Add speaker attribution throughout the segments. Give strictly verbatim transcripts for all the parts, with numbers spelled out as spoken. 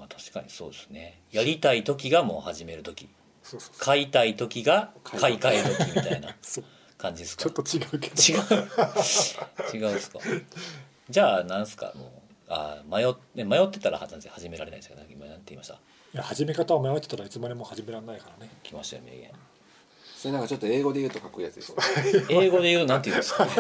Speaker 1: 確かにそうですね。やりたい時がもう始める時、
Speaker 2: そうそうそう、
Speaker 1: 買いたい時が買い替え時みたいな
Speaker 2: そう
Speaker 1: 感じですか。
Speaker 2: ちょっと違うけど
Speaker 1: 違う違うですか。じゃあなんすか、もうあ迷っ、ね、迷ってたら始められないですか。今なんて言いました。
Speaker 2: いや始め方を迷ってたらいつまでも始められないからね。
Speaker 1: 来ましたよ名言。
Speaker 3: それなんかちょっと英語で言うとかっこいいやつですよ。
Speaker 1: 英語で言うとなんて言うんですか。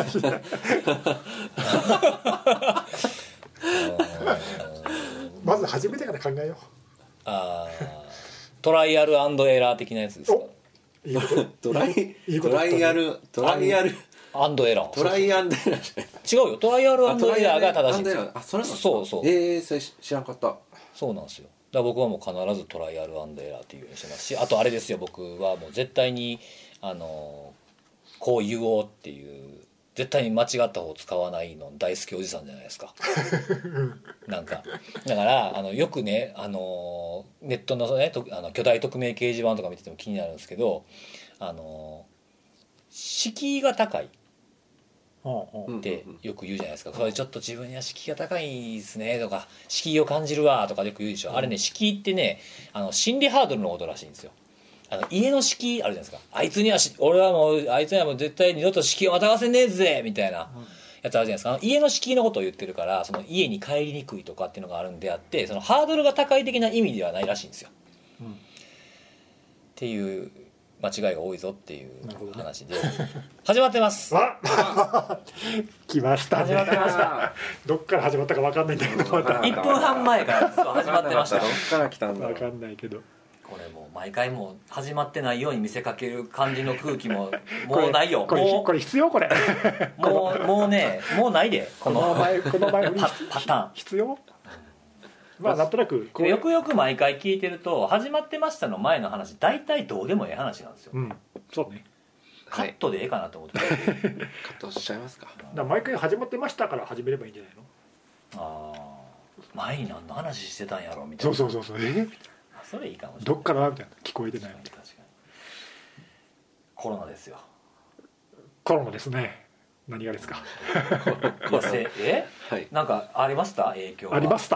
Speaker 2: まず始めてから考えよう。
Speaker 1: あトライアルアンドエラー的なやつですか。
Speaker 2: いいこと
Speaker 3: トライ
Speaker 2: いいこと
Speaker 3: トライアルトライアル
Speaker 1: アンドエラー。
Speaker 3: トライアンドエラーじゃない。
Speaker 1: 違うよ、トライアルアンドエラーが正しいんですよ。
Speaker 3: あ、それなんですか。
Speaker 1: そうそう。
Speaker 3: ええー、それ知らんかった。
Speaker 1: そうなんですよ。だから僕はもう必ずトライアルアンドエラーっていうようにしてますし、あとあれですよ、僕はもう絶対にあのこう言おうっていう絶対に間違った方を使わないの大好きおじさんじゃないですか。なんかだからあのよくね、あのネットのねとあの巨大匿名掲示板とか見てても気になるんですけど、あの敷居が高いってよく言うじゃないですか。それちょっと自分には敷居が高いですねとか、敷居を感じるわとかよく言うでしょ。あれね、敷居ってね、あの心理ハードルのことらしいんですよ。あの家の敷居あるじゃないですか。あいつにはし俺はもうあいつにはもう絶対二度と敷居をまたがせねえぜみたいなやつあるじゃないですか。あの家の敷居のことを言ってるから、その家に帰りにくいとかっていうのがあるんであって、そのハードルが高い的な意味ではないらしいんですよ、うん、っていう間違いが多いぞっていう話で、始まってます。
Speaker 2: あ来ましたね。
Speaker 1: 始まってました。
Speaker 2: どっから始まったか分かんないんだけど、また
Speaker 1: いっぷんはん前から始まってました。
Speaker 3: どっから来たんだろう。
Speaker 2: 分かんないけど、
Speaker 1: これもう毎回もう始まってないように見せかける感じの空気ももうないよ。
Speaker 2: これ
Speaker 1: もう
Speaker 2: これ必要これ。
Speaker 1: もうもうね、もうないでこの
Speaker 2: この前この前振り
Speaker 1: パパターン
Speaker 2: 必要。まあなんとなくこう
Speaker 1: よくよく毎回聞いてると、始まってましたの前の話大体どうでもええ話なんですよ、
Speaker 2: うん、そうね。
Speaker 1: カットでええかなと思って、はい、
Speaker 3: カットしちゃいますか。
Speaker 2: だから毎回始まってましたから始めればいいんじゃないの。
Speaker 1: ああ、前に何の話してたんやろみたいな。
Speaker 2: そうそうそうそう、えー、
Speaker 1: それいいかもしれない。
Speaker 2: どっからみたいな、聞こえてないみたいな。
Speaker 1: 確かにコロナですよ。
Speaker 2: コロナですね。何がですか。
Speaker 1: いやせえ、
Speaker 3: はい、
Speaker 1: なんかありました影響は。
Speaker 2: ありました。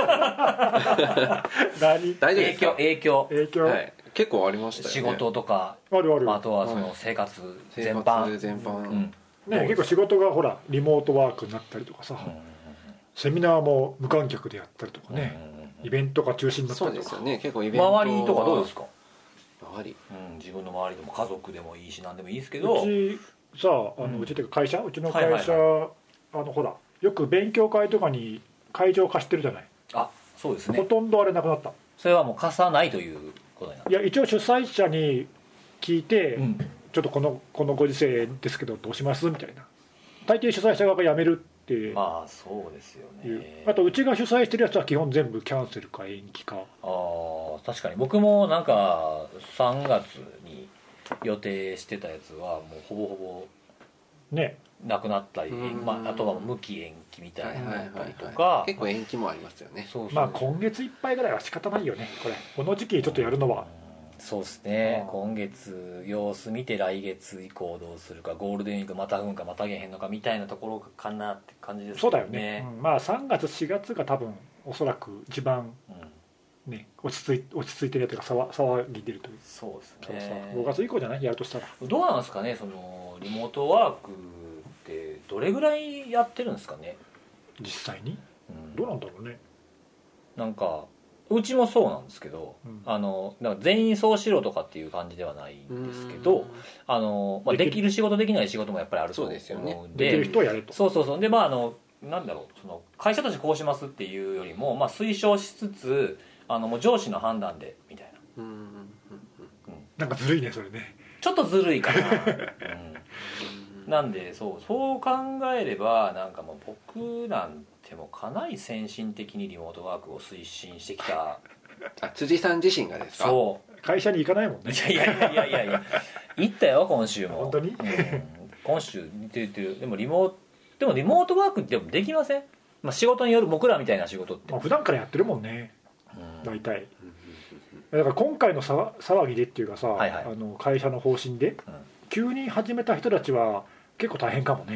Speaker 2: 何
Speaker 3: 大丈夫ですか。
Speaker 1: 影響
Speaker 2: 影響、
Speaker 3: はい、結構ありましたよね。
Speaker 1: 仕事とか
Speaker 2: あるある。
Speaker 1: あとはその生活全般、
Speaker 3: 生活全般、
Speaker 1: うん
Speaker 2: ね、結構仕事がほらリモートワークになったりとかさ、うん、セミナーも無観客でやったりとかね、うん、イベントが中止になったりとか。
Speaker 3: そうですよね。結構イベント
Speaker 1: 周りとかどうですか。
Speaker 3: 周り、
Speaker 1: うん、自分の周りでも家族でもいいし何でもいいですけど、
Speaker 2: うちさあ、あのうちっていうか会社、うちの会社、
Speaker 1: はいはいはい、
Speaker 2: あのほらよく勉強会とかに会場貸してるじゃない。
Speaker 1: あ、そうですね。
Speaker 2: ほとんどあれなくなった。
Speaker 1: それはもう貸さないということになる。
Speaker 2: いや一応主催者に聞いて、うん、ちょっとこのこのご時世ですけどどうしますみたいな。大抵主催者側が辞めるっていう。
Speaker 1: まあそうですよね。
Speaker 2: あとうちが主催してるやつは基本全部キャンセルか延期か。
Speaker 1: ああ、確かに僕もなんかさんがつに予定してたやつはもうほぼほぼねなくなったり、まあ、あとは無期延期みたいなのだったりとか、はいはいはいはい、
Speaker 3: 結構延期もありますよね。
Speaker 1: そうそう、
Speaker 2: まあ今月いっぱいぐらいは仕方ないよね。これこの時期にちょっとやるのは、
Speaker 1: うん、そうですね。今月様子見て来月以降どうするか、ゴールデンウィークまたぐんかまたげへんのかみたいなところかなって感じですね。
Speaker 2: そうだよね、うん、まあさんがつしがつが多分おそらく一番、うんね、落ち着い落ち着いてるやつが騒騒ぎ出るという。
Speaker 1: そうですね。
Speaker 2: そうさごがつ以降じゃないやるとしたら。
Speaker 1: どうなんですかね、そのリモートワークってどれぐらいやってるんですかね
Speaker 2: 実際に、うん、どうなんだろうね。
Speaker 1: なんかうちもそうなんですけど、うん、あのなんか全員そうしろとかっていう感じではないんですけど、あの、まあ、できる仕事できない仕事もやっぱりあると思うんで、
Speaker 2: そうですよね、できる人はやれと。
Speaker 1: そうそうそう。でまああのなんだろう、その会社としてこうしますっていうよりも、まあ、推奨しつつあのもう上司の判断でみたいな、うんうんうん、
Speaker 2: なんかずるいねそれね。
Speaker 1: ちょっとずるいかな、うん、なんでそうそう考えればなんかもう僕なんてもかなり先進的にリモートワークを推進してきた。
Speaker 3: あ、辻さん自身がですか。
Speaker 2: そう会社に行かないもんね。
Speaker 1: いやいやいやいやいや行ったよ今週も。
Speaker 2: 本当に、うん、
Speaker 1: 今週似てる。でもリモートでもリモートワークってできません、まあ、仕事による僕らみたいな仕事って、
Speaker 2: まあ、普段からやってるもんね、うん、大体だから今回の騒ぎでっていうかさ、はいはい、あの会社の方針で、うん、急に始めた人たちは結構大変かもね。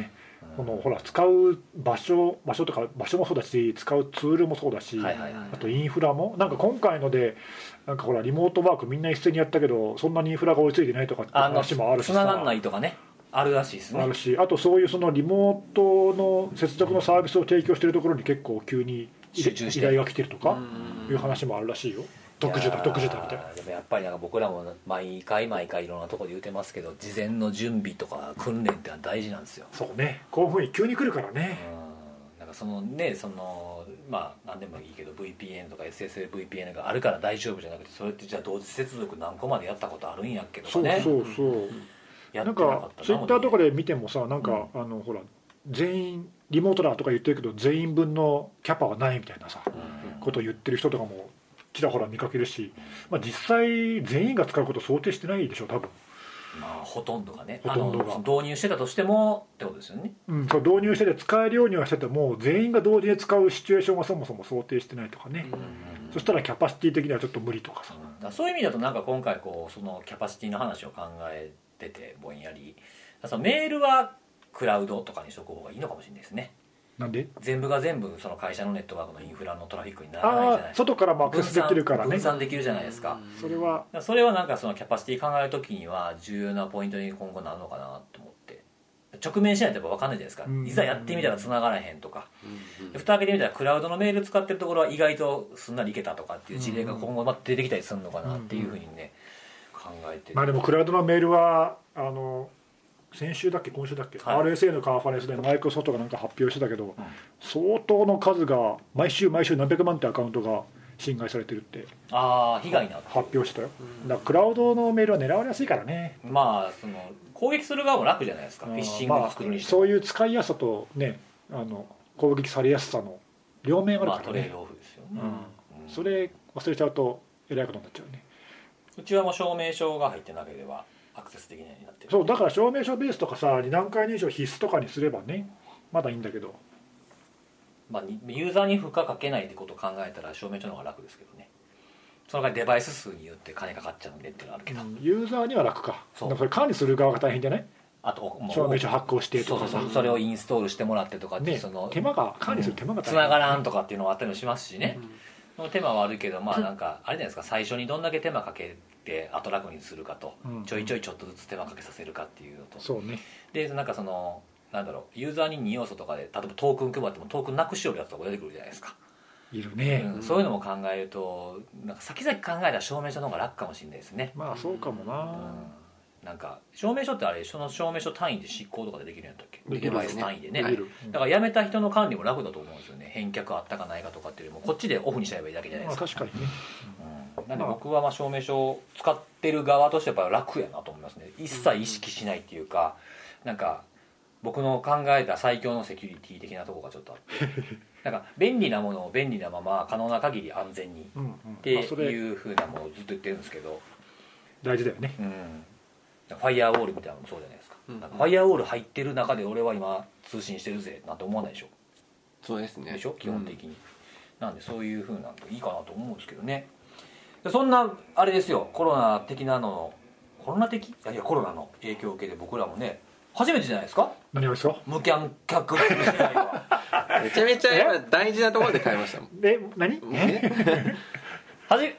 Speaker 2: このほら使う場所場所とか場所もそうだし使うツールもそうだし、
Speaker 1: はいはいはい、
Speaker 2: あとインフラもなんか今回のでなんかほらリモートワークみんな一斉にやったけどそんなにインフラが追いついてないとかって話もあるしさ、
Speaker 1: 繋がんないとかねあるらしいですね。
Speaker 2: あるし、あとそういうそのリモートの接続のサービスを提供しているところに結構急に
Speaker 1: 集中して
Speaker 2: 依頼が来てるとかいう話もあるらしいよ。特需だ特需だみたいな。
Speaker 1: でもやっぱりなんか僕らも毎回毎回いろんなところで言ってますけど、事前の準備とか訓練ってのは大事なんですよ。
Speaker 2: そうね、こういうふうに急に来るからね。
Speaker 1: うん、なんかそのねそのまあ何でもいいけど ブイピーエヌ とか エスエスエルブイピーエヌ があるから大丈夫じゃなくて、それってじゃあ同時接続何個までやったことあるんやっけとかね。
Speaker 2: そうそうそう。
Speaker 1: やって
Speaker 2: なんかツイッターとかで見てもさ、なんか、うん、あのほら全員リモートだとか言ってるけど全員分のキャパはないみたいなさ、うん、ことを言ってる人とかもちらほら見かけるし、まあ、実際全員が使うことを想定してないでしょ多分。
Speaker 1: まあほとんどがね、
Speaker 2: ほとんどが
Speaker 1: あの導入してたとしてもってことですよね。
Speaker 2: うん、そう導入してて使えるようにはしてても全員が同時に使うシチュエーションはそもそも想定してないとかね、うん、そしたらキャパシティ的にはちょっと無理とかさ、うん、
Speaker 1: だからそういう意味だとなんか今回こうそのキャパシティの話を考えててぼんやり、そのメールはクラウドとかにしとく方がいいのかもしれないですね。
Speaker 2: なんで
Speaker 1: 全部が全部その会社のネットワークのインフラのトラフィックにならないじゃないですか。
Speaker 2: 外からもアクセスできるからね、
Speaker 1: 分散できるじゃないですか。
Speaker 2: それは
Speaker 1: それはなんかそのキャパシティ考えるときには重要なポイントに今後なるのかなと思って、直面しないとやっぱ分かんないじゃないですか、うん、いざやってみたら繋がらへんとか、うん、蓋開けてみたらクラウドのメール使ってるところは意外とすんなりいけたとかっていう事例が今後また出てきたりするのかなっていうふうにね、考えてる。
Speaker 2: まあでもクラウドのメールはあの先週だっけ今週だっけ、はい、アールエスエー のカンファレンスでマイクロソフトがなんか発表してたけど、うん、相当の数が毎週毎週何百万ってアカウントが侵害されてるって
Speaker 1: あ被害になって
Speaker 2: 発表したよ。だからクラウドのメールは狙われやすいからね。
Speaker 1: まあその攻撃する側も楽じゃないですか、フィッシング作るにしても、
Speaker 2: まあ、そういう使いやすさとねあの攻撃されやすさの両面あるからね、
Speaker 1: まあ、トレードオフですよね、
Speaker 2: うんうん、それ忘れちゃうとえらいことになっちゃうね。
Speaker 1: うちはもう証明書が入ってなければアクセスできないようになってる。
Speaker 2: そうだから証明書ベースとかさに段階認証必須とかにすればねまだいいんだけど、
Speaker 1: まあ、ユーザーに負荷かけないってことを考えたら証明書の方が楽ですけどね。その代わりデバイス数によって金かかっちゃうんでっていうのはあるけど、うん、
Speaker 2: ユーザーには楽か。そうだからそれ管理する側が大変じゃない。
Speaker 1: あと
Speaker 2: 証明書発行してとかさ、
Speaker 1: そうそうそう、それをインストールしてもらってとかって、
Speaker 2: ね、
Speaker 1: その
Speaker 2: 手間が管理する手間が大変、
Speaker 1: つながらんとかっていうのはあったりもしますしね、うんその手間はあるけど、まあなんかあれじゃないですか、最初にどんだけ手間かけて後楽にするかと、うん、ちょいちょいちょっとずつ手間かけさせるかっていうのと、
Speaker 2: そうね。で
Speaker 1: なんかそのなんだろうユーザーにに要素とかで例えばトークン配ってもトークンなくしよるやつとか出てくるじゃないですか。
Speaker 2: いるね、
Speaker 1: うん、そういうのも考えるとなんか先々考えたら証明書の方が楽かもしれないですね。
Speaker 2: まあそうかもな、
Speaker 1: うん、なんか証明書ってあれその証明書単位で執行とかでできるんやったっけ、
Speaker 2: できる
Speaker 1: デバイス単位でね、
Speaker 2: はい、
Speaker 1: だから辞めた人の管理も楽だと思うんですよね。返却あったかないかとかっていうよりもこっちでオフにしちゃえばいいだけじゃないですか、
Speaker 2: まあ、確かにね、
Speaker 1: うん、なんで僕はまあ証明書を使ってる側としてはやっぱ楽やなと思いますね。一切意識しないっていうか、なんか僕の考えた最強のセキュリティ的なところがちょっとあってなんか便利なものを便利なまま可能な限り安全にっていう風なものをずっと言ってるんですけど、
Speaker 2: 大事だよね、
Speaker 1: うん、ファイアウォールみたいなのもそうじゃないですか、うん、なんかファイアウォール入ってる中で俺は今通信してるぜなんて思わないでしょ。
Speaker 3: そうですね。
Speaker 1: でしょ基本的に、うん、なんでそういう風なのいいかなと思うんですけどね。そんなあれですよ、コロナ的なのコロナ的いやいやコロナの影響を受けて僕らもね初めてじゃないですか。
Speaker 2: 何をですか。
Speaker 1: 無観客時代は
Speaker 3: めちゃめちゃ今大事なところで買いましたもん。
Speaker 2: え何え
Speaker 1: はじ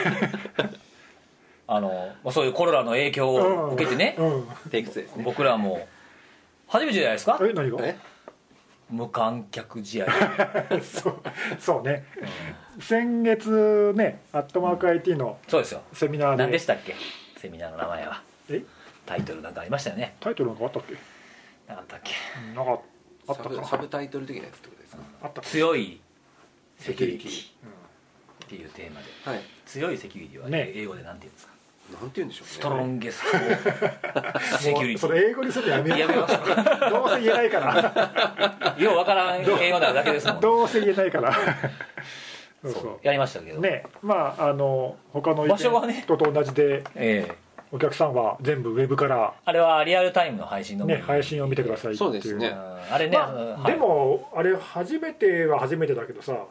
Speaker 1: あのそういうコロナの影響を受けてね、
Speaker 2: うんうん、
Speaker 3: テイクツーですね。
Speaker 1: 僕らも初めてじゃないですか。
Speaker 2: え何がえ
Speaker 1: 無観客試合
Speaker 2: そうそうね、うん、先月ねアットマーク アイティー のセミナーで、
Speaker 1: 何でしたっけセミナーの名前は。
Speaker 2: え
Speaker 1: タイトルなんかありましたよね。
Speaker 2: タイトルなんかあったっけ。
Speaker 1: なかったっけ。
Speaker 2: なんかあったかな。
Speaker 3: サブタイトル的なやつってことですか、
Speaker 2: うん、あった
Speaker 1: 強いセキュリティっていうテーマで、
Speaker 3: はい、
Speaker 1: 強いセキュリティは、ね、英語でなんて言うんですか。
Speaker 3: なんて言うんでしょうね。
Speaker 1: ストロンゲストセキュリティ。
Speaker 2: それ英語にするのやめよう。
Speaker 1: やめましょう。
Speaker 2: どうせ言えないから
Speaker 1: ようわからん英語なだけですもん。
Speaker 2: どうせ言えないからそうそう
Speaker 1: やりましたけど
Speaker 2: ね。まああの他のイベントと同じで、
Speaker 1: ええ
Speaker 2: お客さんは全部ウェブから
Speaker 1: あれはリアルタイムの配信の
Speaker 2: ね配信を見てくださいっていう。
Speaker 3: そうですね。
Speaker 1: あれね、
Speaker 2: まあはい、でもあれ初めては初めてだけどさ、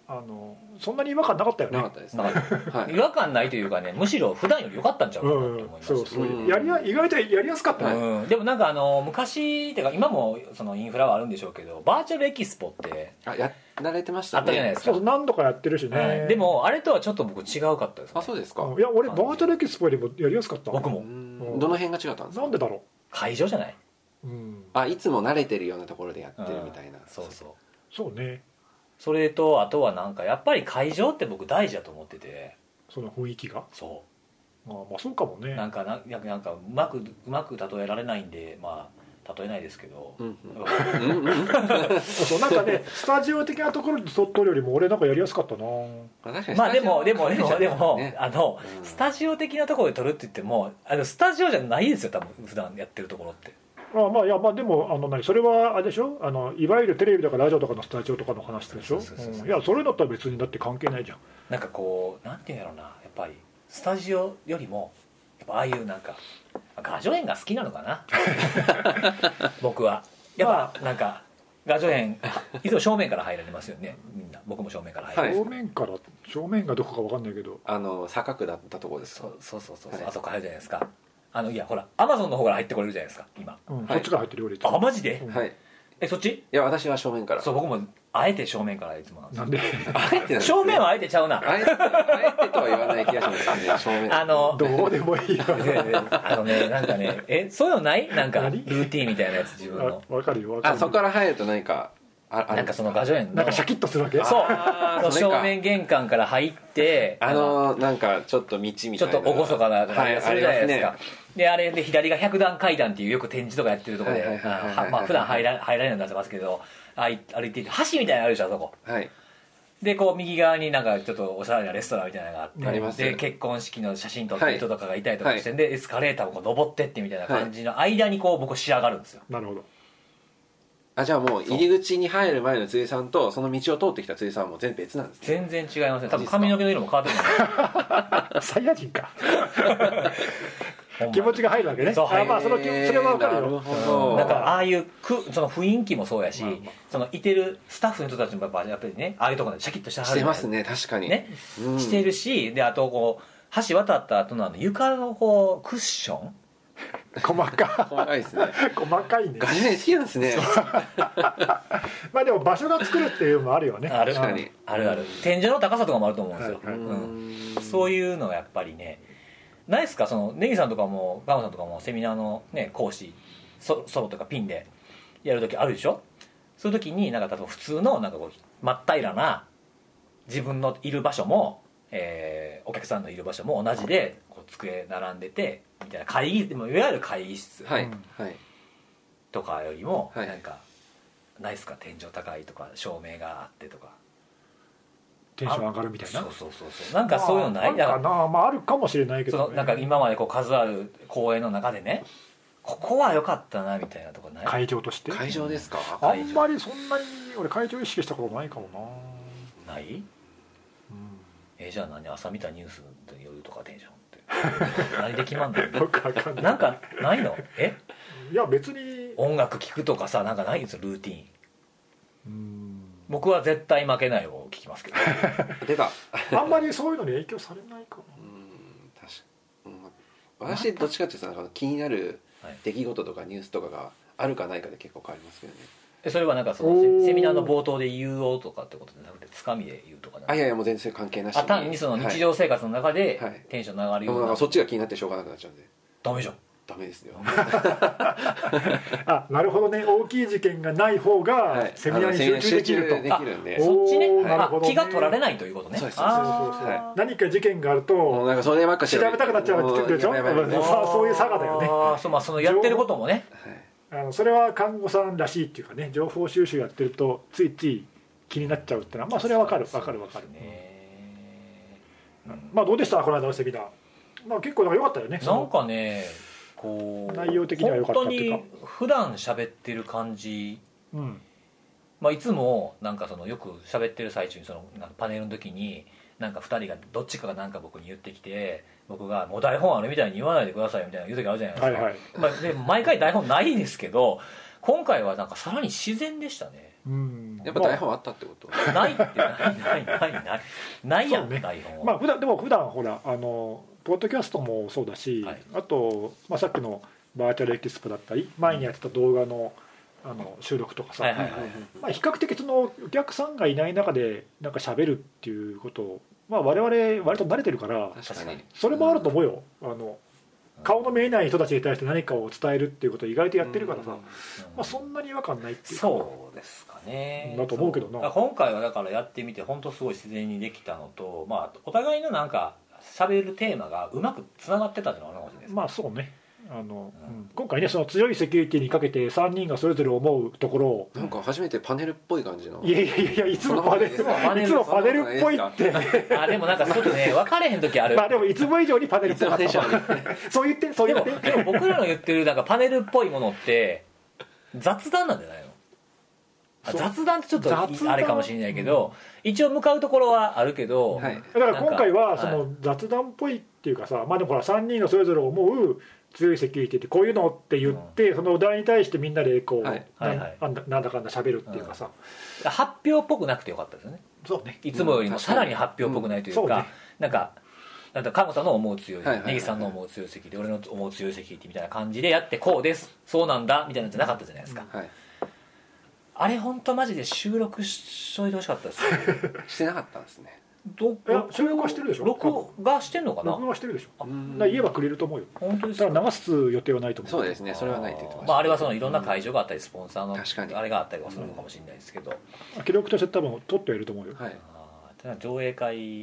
Speaker 2: あのそんなに違和感なかったよね。
Speaker 3: なかったですね、はい、
Speaker 1: 違和感ないというかね、むしろ普段より良かったんちゃうかなと思いました、
Speaker 2: うん、そうそう、
Speaker 3: うん、
Speaker 2: やりや意外とやりやすかったね、
Speaker 1: うん、でもなんかあの昔っていうか今もそのインフラはあるんでしょうけど、バーチャルエキスポって
Speaker 3: あやられてましたね。
Speaker 1: あったじゃないですか。
Speaker 2: そう何度かやってるしね、
Speaker 1: はい、でもあれとはちょっと僕違うかったです、ね、
Speaker 3: あそうですか。
Speaker 2: いや俺バーチャルエキスポよりもやりやすかった。
Speaker 1: 僕も。
Speaker 3: どの辺が違ったんですか。
Speaker 2: なんでだろ
Speaker 1: 会場じゃない、
Speaker 2: う、うん、
Speaker 3: あいつも慣れてるようなところでやってるみたいな、
Speaker 1: うん、そうそう
Speaker 2: そうね。
Speaker 1: それとあとはなんかやっぱり会場って僕大事だと思ってて、
Speaker 2: その雰囲気が、
Speaker 1: そ
Speaker 2: あまあそうかも
Speaker 1: う
Speaker 2: ね。
Speaker 1: なんかななんかうまくうまく例えられないんでまあ例えないですけど、
Speaker 3: うん
Speaker 1: うん
Speaker 2: そうなんかねスタジオ的なところで撮るよりも俺なんかやりやすかったな。
Speaker 1: まあでもでもでもでも、
Speaker 3: ね、
Speaker 1: あの、
Speaker 3: うん、
Speaker 1: スタジオ的なところで撮るって言ってもあのスタジオじゃないですよ多分普段やってるところって。
Speaker 2: あまあいやまあでもあの何それはあれでしょ、あのいわゆるテレビとかラジオとかのスタジオとかの話でしょ。いやそれだったら別にだって関係ないじゃん。
Speaker 1: なんかこうなんていうんやろうな、やっぱりスタジオよりもやっぱああいうなんか画助園が好きなのかな僕はやっぱなんか画助園いつも正面から入られますよねみんな。僕も正面から入られる、
Speaker 2: 正面から正面がどこか分かんないけど、
Speaker 3: あの坂区だったところですか。
Speaker 1: そうそうそうそう、
Speaker 3: はい、
Speaker 1: あそこ入るじゃないですか。あのいやほらアマゾンの方から入ってこれるじゃないですか今、
Speaker 2: うん
Speaker 3: はい、
Speaker 2: そっちから入ってるより。
Speaker 1: あマジで、
Speaker 2: うん、
Speaker 3: はい。
Speaker 1: えそっち。
Speaker 3: いや私は正面から。
Speaker 1: そう僕もあえて正面からいつも
Speaker 2: なんで
Speaker 3: あえてなんですね。
Speaker 1: 正面はあえてちゃうな、
Speaker 3: あえてあえてとは言わない気がしますね。正面。
Speaker 1: あの
Speaker 2: どうでもいいよ
Speaker 1: あのねなんかねえそういうのないなんかル
Speaker 2: 何
Speaker 1: ーティンみたいなやつ自分の
Speaker 2: 分かるよ分かるよ。
Speaker 3: あそこから入ると何かああ
Speaker 1: なんかその画助園の
Speaker 2: なんかシャキッとするわけ。
Speaker 1: そう
Speaker 3: あーそれか
Speaker 1: 正面玄関から入って
Speaker 3: あのなんかちょっと道みたいな
Speaker 1: ちょっと厳かな感じがするじゃないですか、
Speaker 3: はいありますね。
Speaker 1: であれで左が百段階段っていうよく展示とかやってるところで
Speaker 3: はいはいはいはいはい
Speaker 1: あまあ普段入ら入られないようになってますけど、あい歩いていて橋みたいなのあるでしょあそこ
Speaker 3: はい
Speaker 1: でこう右側になんかちょっとおしゃれなレストランみたいなのがあって
Speaker 3: あります
Speaker 1: で結婚式の写真撮ってる人とかがいたりとかして、はい、でエスカレーターをこう登ってってみたいな感じの間にこう僕仕上がるんですよ。
Speaker 2: なるほど。
Speaker 3: あじゃあもう入り口に入る前の辻さんとその道を通ってきた辻さんはもう全然別なんですね。
Speaker 1: 全然違いますね。多分髪の毛の色も変わってくる
Speaker 2: サイヤ人か気持ちが入るわけね。
Speaker 1: そう
Speaker 2: あまあそのそれは分かるよ。
Speaker 3: なるほど。
Speaker 1: なんかああいうくその雰囲気もそうやし、
Speaker 2: まあまあ
Speaker 1: そのいてるスタッフの人たちもやっぱやっぱりねああいうところでシャキッとしてはる
Speaker 3: してますね確かに
Speaker 1: ね、
Speaker 3: うん、
Speaker 1: してるしであとこう橋渡った後のあの床のこうクッション
Speaker 2: 細か
Speaker 3: 細かいですね。
Speaker 2: 細かいね。
Speaker 3: ガジュエン好きなんですね。
Speaker 2: まあでも場所が作るっていうのもあるよね。
Speaker 1: ある
Speaker 3: 確かに
Speaker 1: あるある天井の高さとかもあると思うんですよ、
Speaker 2: はいはい
Speaker 1: うん、そういうのがやっぱりねないですか。そのネギさんとかもガムさんとかもセミナーの、ね、講師ソロとかピンでやる時あるでしょ。そういう時になんか例えば普通のなんかこう真っ平らな自分のいる場所も、えー、お客さんのいる場所も同じでこう机並んでてみたいな会議でもいわゆる会議室
Speaker 3: はいはい
Speaker 1: とかよりも
Speaker 3: はい
Speaker 1: なんかないですか。天井高いとか照明があってとか
Speaker 2: テンション上がるみたいな。
Speaker 1: そうそうそうそうなんかそういうのない、
Speaker 2: まあ、あるかな。まああるかもしれないけど、ね、
Speaker 1: そのなんか今までこう数ある公演の中でねここは良かったなみたいなとこない
Speaker 2: 会場として
Speaker 3: 会場ですか。
Speaker 2: あんまりそんなに俺会場意識したことないかもな。
Speaker 1: ない、うん、えー、じゃあ何朝見たニュースによるとかテンションって何で決まんの
Speaker 2: よくわかんない。
Speaker 1: なんかないのえ
Speaker 2: いや別に
Speaker 1: 音楽聴くとかさなんかないんですよルーティン。
Speaker 2: うん
Speaker 1: 僕は絶対負けないを聞きますけど
Speaker 3: 出た。
Speaker 2: あんまりそういうのに影響されないかな。
Speaker 3: うん確か、うん、私どっちかっていうとなんか気になる出来事とかニュースとかがあるかないかで結構変わりますけどね。
Speaker 1: それはなんかそのセ、セミナーの冒頭で言おうとかってことじゃなくてつかみで言うとかなんか
Speaker 3: あいやいやもう全然関係なしに
Speaker 1: あ単にその日常生活の中で
Speaker 3: はい
Speaker 1: テンション上がるような、
Speaker 3: もうなんかそっちが気になってしょうがなくなっちゃうんで
Speaker 1: ダメじゃん。
Speaker 3: ダメですよ
Speaker 2: あなるほどね。大きい事件がない方がセミナーに集中できると、
Speaker 3: はい、できるんで
Speaker 1: そっちね、
Speaker 2: おー
Speaker 1: まあ
Speaker 2: なるほどね
Speaker 1: 気が取られないということね。
Speaker 3: そうです
Speaker 2: そうそうそう、
Speaker 1: あー
Speaker 2: 何か事件がある
Speaker 3: もう
Speaker 2: と
Speaker 3: なんかそればっか
Speaker 2: 調べたくなっちゃうって言ってるでしょ。
Speaker 3: もうやばいやばいやばい
Speaker 2: さあそういう差がだよね。
Speaker 1: あーそう、まあ、そのやってることもね
Speaker 3: はい
Speaker 2: あのそれは看護さんらしいっていうかね、情報収集やってるとついつい気になっちゃうってのはまあそれはわかるわかるわかる、
Speaker 1: ね、
Speaker 2: うん、まあどうでしたこの間のセミナー。まあ結構良かったよね。
Speaker 1: なんかねこう
Speaker 2: 内容的には良かったっていうか
Speaker 1: 本当に普段喋ってる感じ、
Speaker 2: うん
Speaker 1: まあ、いつもなんかそのよく喋ってる最中にそのなんかパネルの時になんかふたりがどっちかがなんか僕に言ってきて僕がもう台本あるみたいに言わないでくださいみたいな言う時あるじゃないですか、
Speaker 2: はいはい
Speaker 1: まあ、で毎回台本ないですけど今回はなんかさらに自然でしたね。
Speaker 2: うん
Speaker 3: やっぱ台本あったってこと？
Speaker 1: ないってないないないないないやん、ね、台本は。
Speaker 2: まあ普段でも普段ほらあのポッドキャストもそうだし、はい、あと、まあ、さっきのバーチャルエキスポだったり前にやってた動画の、あの収録とかさ、はいはいはい、まあ、比較的そのお客さんがいない中でなんか喋るっていうことを、まあ、我々割と慣れてるから、
Speaker 3: 確かに
Speaker 2: それもあると思うよ。あの顔の見えない人たちに対して何かを伝えるっていうことを意外とやってるからさ、まあ、そんなに違和感ないっていうか、
Speaker 1: そうですかね
Speaker 2: だと思うけどな。
Speaker 1: 今回はだからやってみて本当すごい自然にできたのと、まあ、お互いのなんか喋るテーマがうまくつながってたっていうのがあるかもしれないですね。
Speaker 2: まあそうね、あの、うん、今回ねその強いセキュリティにかけてさんにんがそれぞれ思うところを
Speaker 3: なんか初めてパネルっぽい感じの、
Speaker 2: いやいやいやいつもパネルいつもパネルっぽいって
Speaker 1: あでもなんかちょっとね分かれへん時ある。
Speaker 2: まあでもいつも以上にパネルっぽかったそう言ってそう言って
Speaker 1: でも、でも僕らの言ってるなんかパネルっぽいものって雑談なんじゃないの？雑談ってちょっとあれかもしれないけど、うん、一応向かうところはあるけど、はい、
Speaker 2: だから今回はその雑談っぽいっていうかさ、まあでもほらさんにんがそれぞれ思う強いセキュリティってこういうのって言って、うん、そのお題に対してみんなでこう、はいはいはい、な, なんだかんだ喋るっていうかさ、
Speaker 1: うん、発表っぽくなくてよかったですよね。
Speaker 2: そうね、
Speaker 1: いつもよりもさらに発表っぽくないというか、うん、うね、なんかなんか看護さんの思う強い、はいはいはいはい、根岸さんの思う強いセキュリティ、俺の思う強いセキュリティみたいな感じでやってこうですそうなんだみたいなのじゃなかったじゃないですか、うん、はい、あれ本当マジで収録しといてほしかったです
Speaker 3: してなかったんですね。
Speaker 2: ど収録はしてるでしょ。
Speaker 1: 録画してんのかな。
Speaker 2: 録画してるでしょ。だから言えばくれると思うよ。
Speaker 1: 本当ですか。
Speaker 2: だから流す予定はないと思う。
Speaker 3: そうですね、それはないって言ってました。
Speaker 1: まああれはそのいろんな会場があったりスポンサーのあれがあったりはするのかもしれないですけど、
Speaker 2: うん、記録として多分撮ってはいると思うよ。
Speaker 3: はい。
Speaker 1: あ上映会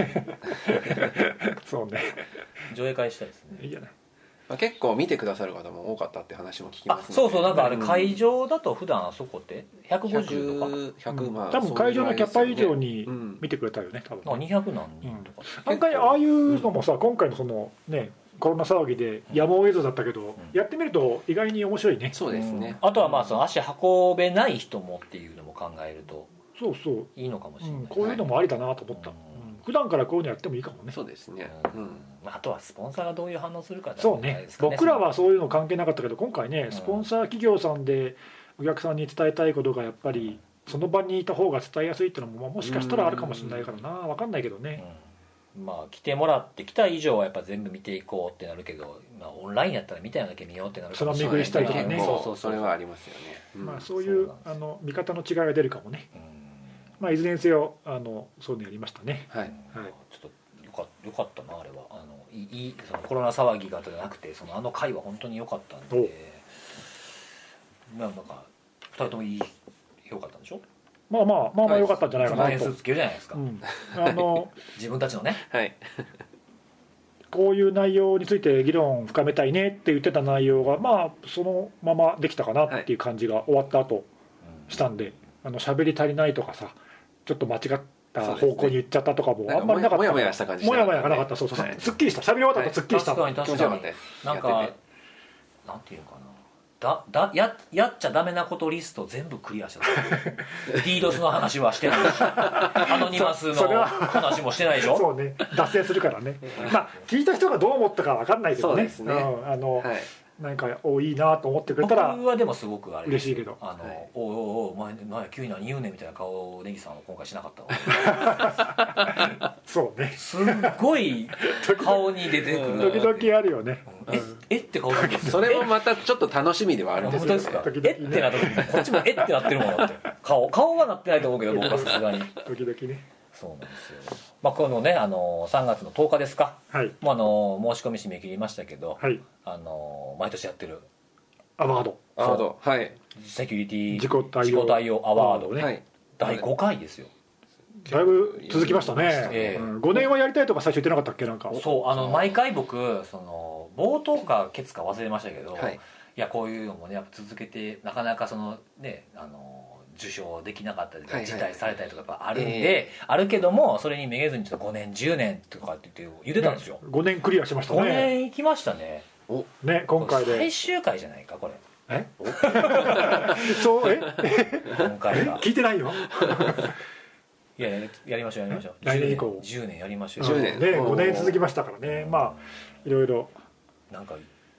Speaker 2: そうね。
Speaker 1: 上映会したいですね。
Speaker 2: いいじゃない。
Speaker 3: まあ、結構見てくださる方も多かったって話も聞きますので、
Speaker 1: そうそう、なんかあれ会場だと普段あそこってひゃくごじゅうとか
Speaker 3: ひゃく、まあ、
Speaker 2: 多分会場のキャパ以上に見てくれたよね、多分
Speaker 1: にひゃく何人とか、
Speaker 2: うん、案外ああいうのもさ、今回のそのねコロナ騒ぎでやむを得ずだったけど、うん、やってみると意外に面白いね。
Speaker 3: そうですね、
Speaker 1: うん、あとはまあその足運べない人もっていうのも考えると
Speaker 2: そうそう
Speaker 1: いいのかもしれない、
Speaker 2: うん、こういうのもありだなと思った、はい、うん、普段からこういうのやってもいいかもね。
Speaker 3: そうですね、
Speaker 1: うん、うん、あとはスポンサーがどういう反応するかじゃ
Speaker 2: そう
Speaker 1: ないです
Speaker 2: かね。僕らはそういうの関係なかったけど、今回ねスポンサー企業さんでお客さんに伝えたいことがやっぱりその場にいた方が伝えやすいっていうのももしかしたらあるかもしれないからな、分かんないけどね、
Speaker 1: うん、まあ来てもらって来た以上はやっぱ全部見ていこうってなるけど、まあ、オンラインやったら見たいのだけ見ようってなるかもしれない。
Speaker 2: その巡りしたいとかね、
Speaker 3: そうそう、それはありますよね、
Speaker 2: うん、まあそういうあの見方の違いが出るかもね、うん、まあいずれにせよあのそういうのやりましたね。
Speaker 3: はい、はい、
Speaker 1: ちょっとよかよかったなあれは。あのいいそのコロナ騒ぎがじゃなくてそのあの回は本当に良かったんで、まあなんかふたりともいい良かったんでしょ。
Speaker 2: まあまあまあまあ良かったんじゃないかなと。
Speaker 1: 点数つけるじゃないですか、うん、あの自分たちのね、
Speaker 3: はい、
Speaker 2: こういう内容について議論を深めたいねって言ってた内容がまあそのままできたかなっていう感じが終わった後したんで、あの喋り足りないとかさ、ちょっと間違った方向に言っちゃったとかもあんまりなかった。
Speaker 3: もやもやした感じ、
Speaker 2: もやもやがなかった。そうそう、すっきりした。喋り終わったとすっきりした。
Speaker 1: 確かに確かに。なんかなんていうかな、だだ や, やっちゃダメなことリスト全部クリアした。ディードス の話はしてないし、アノニマスの話もしてないでしょ。
Speaker 2: そうね、脱線するからね。まあ聞いた人がどう思ったか分かんないけどね。
Speaker 3: そうですね、うん、
Speaker 2: あの、
Speaker 3: はい、
Speaker 2: なんかおいいなと思ってくれたら
Speaker 1: 僕はでもすごくあれ
Speaker 2: 嬉しいけど、
Speaker 1: あの、はい、おおおお前何急に何言うねんみたいな顔をネギさんは今回しなかったわ。
Speaker 2: そうね、
Speaker 1: すっごい顔に出てくる。
Speaker 2: 時々あるよね、
Speaker 1: うん、ええって顔なんですよ。
Speaker 3: それもまたちょっと楽しみではあるんですよ。
Speaker 1: 本当ですか。えってなった時こっちもえってなってるもんだって。顔顔はなってないと思うけど僕はさすがに
Speaker 2: 時々ね。
Speaker 1: そうなんですよ。まあ、このねあのさんがつのとおかですか、はい、もうあの申し込み締め切りましたけど、はい、あの毎年やってる
Speaker 2: アワード、
Speaker 3: アワード、はい、
Speaker 1: セキュリティ
Speaker 2: 事故対応
Speaker 1: 対応アワードね、はい、だいごかいですよ。
Speaker 2: だいぶ続きましたね、えーうん、ごねんはやりたいとか最初言ってなかったっけ。なんか
Speaker 1: そうあの毎回僕その冒頭かケツか忘れましたけど、はい、いやこういうのもねやっぱ続けてなかなかそのねあの受賞できなかったりとか辞退されたりとかやっぱあるんで、えー、あるけどもそれにめげずにちょっとごねんじゅうねんとかって言って言ってたんですよ、
Speaker 2: ね、ごねんクリアしましたね。
Speaker 1: ごねんいきましたね。
Speaker 2: おね今回で
Speaker 1: 最終回じゃないかこれ。
Speaker 2: えそうえ
Speaker 1: 今回が
Speaker 2: 聞いてないよ。
Speaker 1: いややりましょうやりましょう。
Speaker 2: 来年以降
Speaker 1: じゅうねんやりましょう。
Speaker 2: じゅうねんねごねん続きましたからね。まあいろいろ
Speaker 1: なんか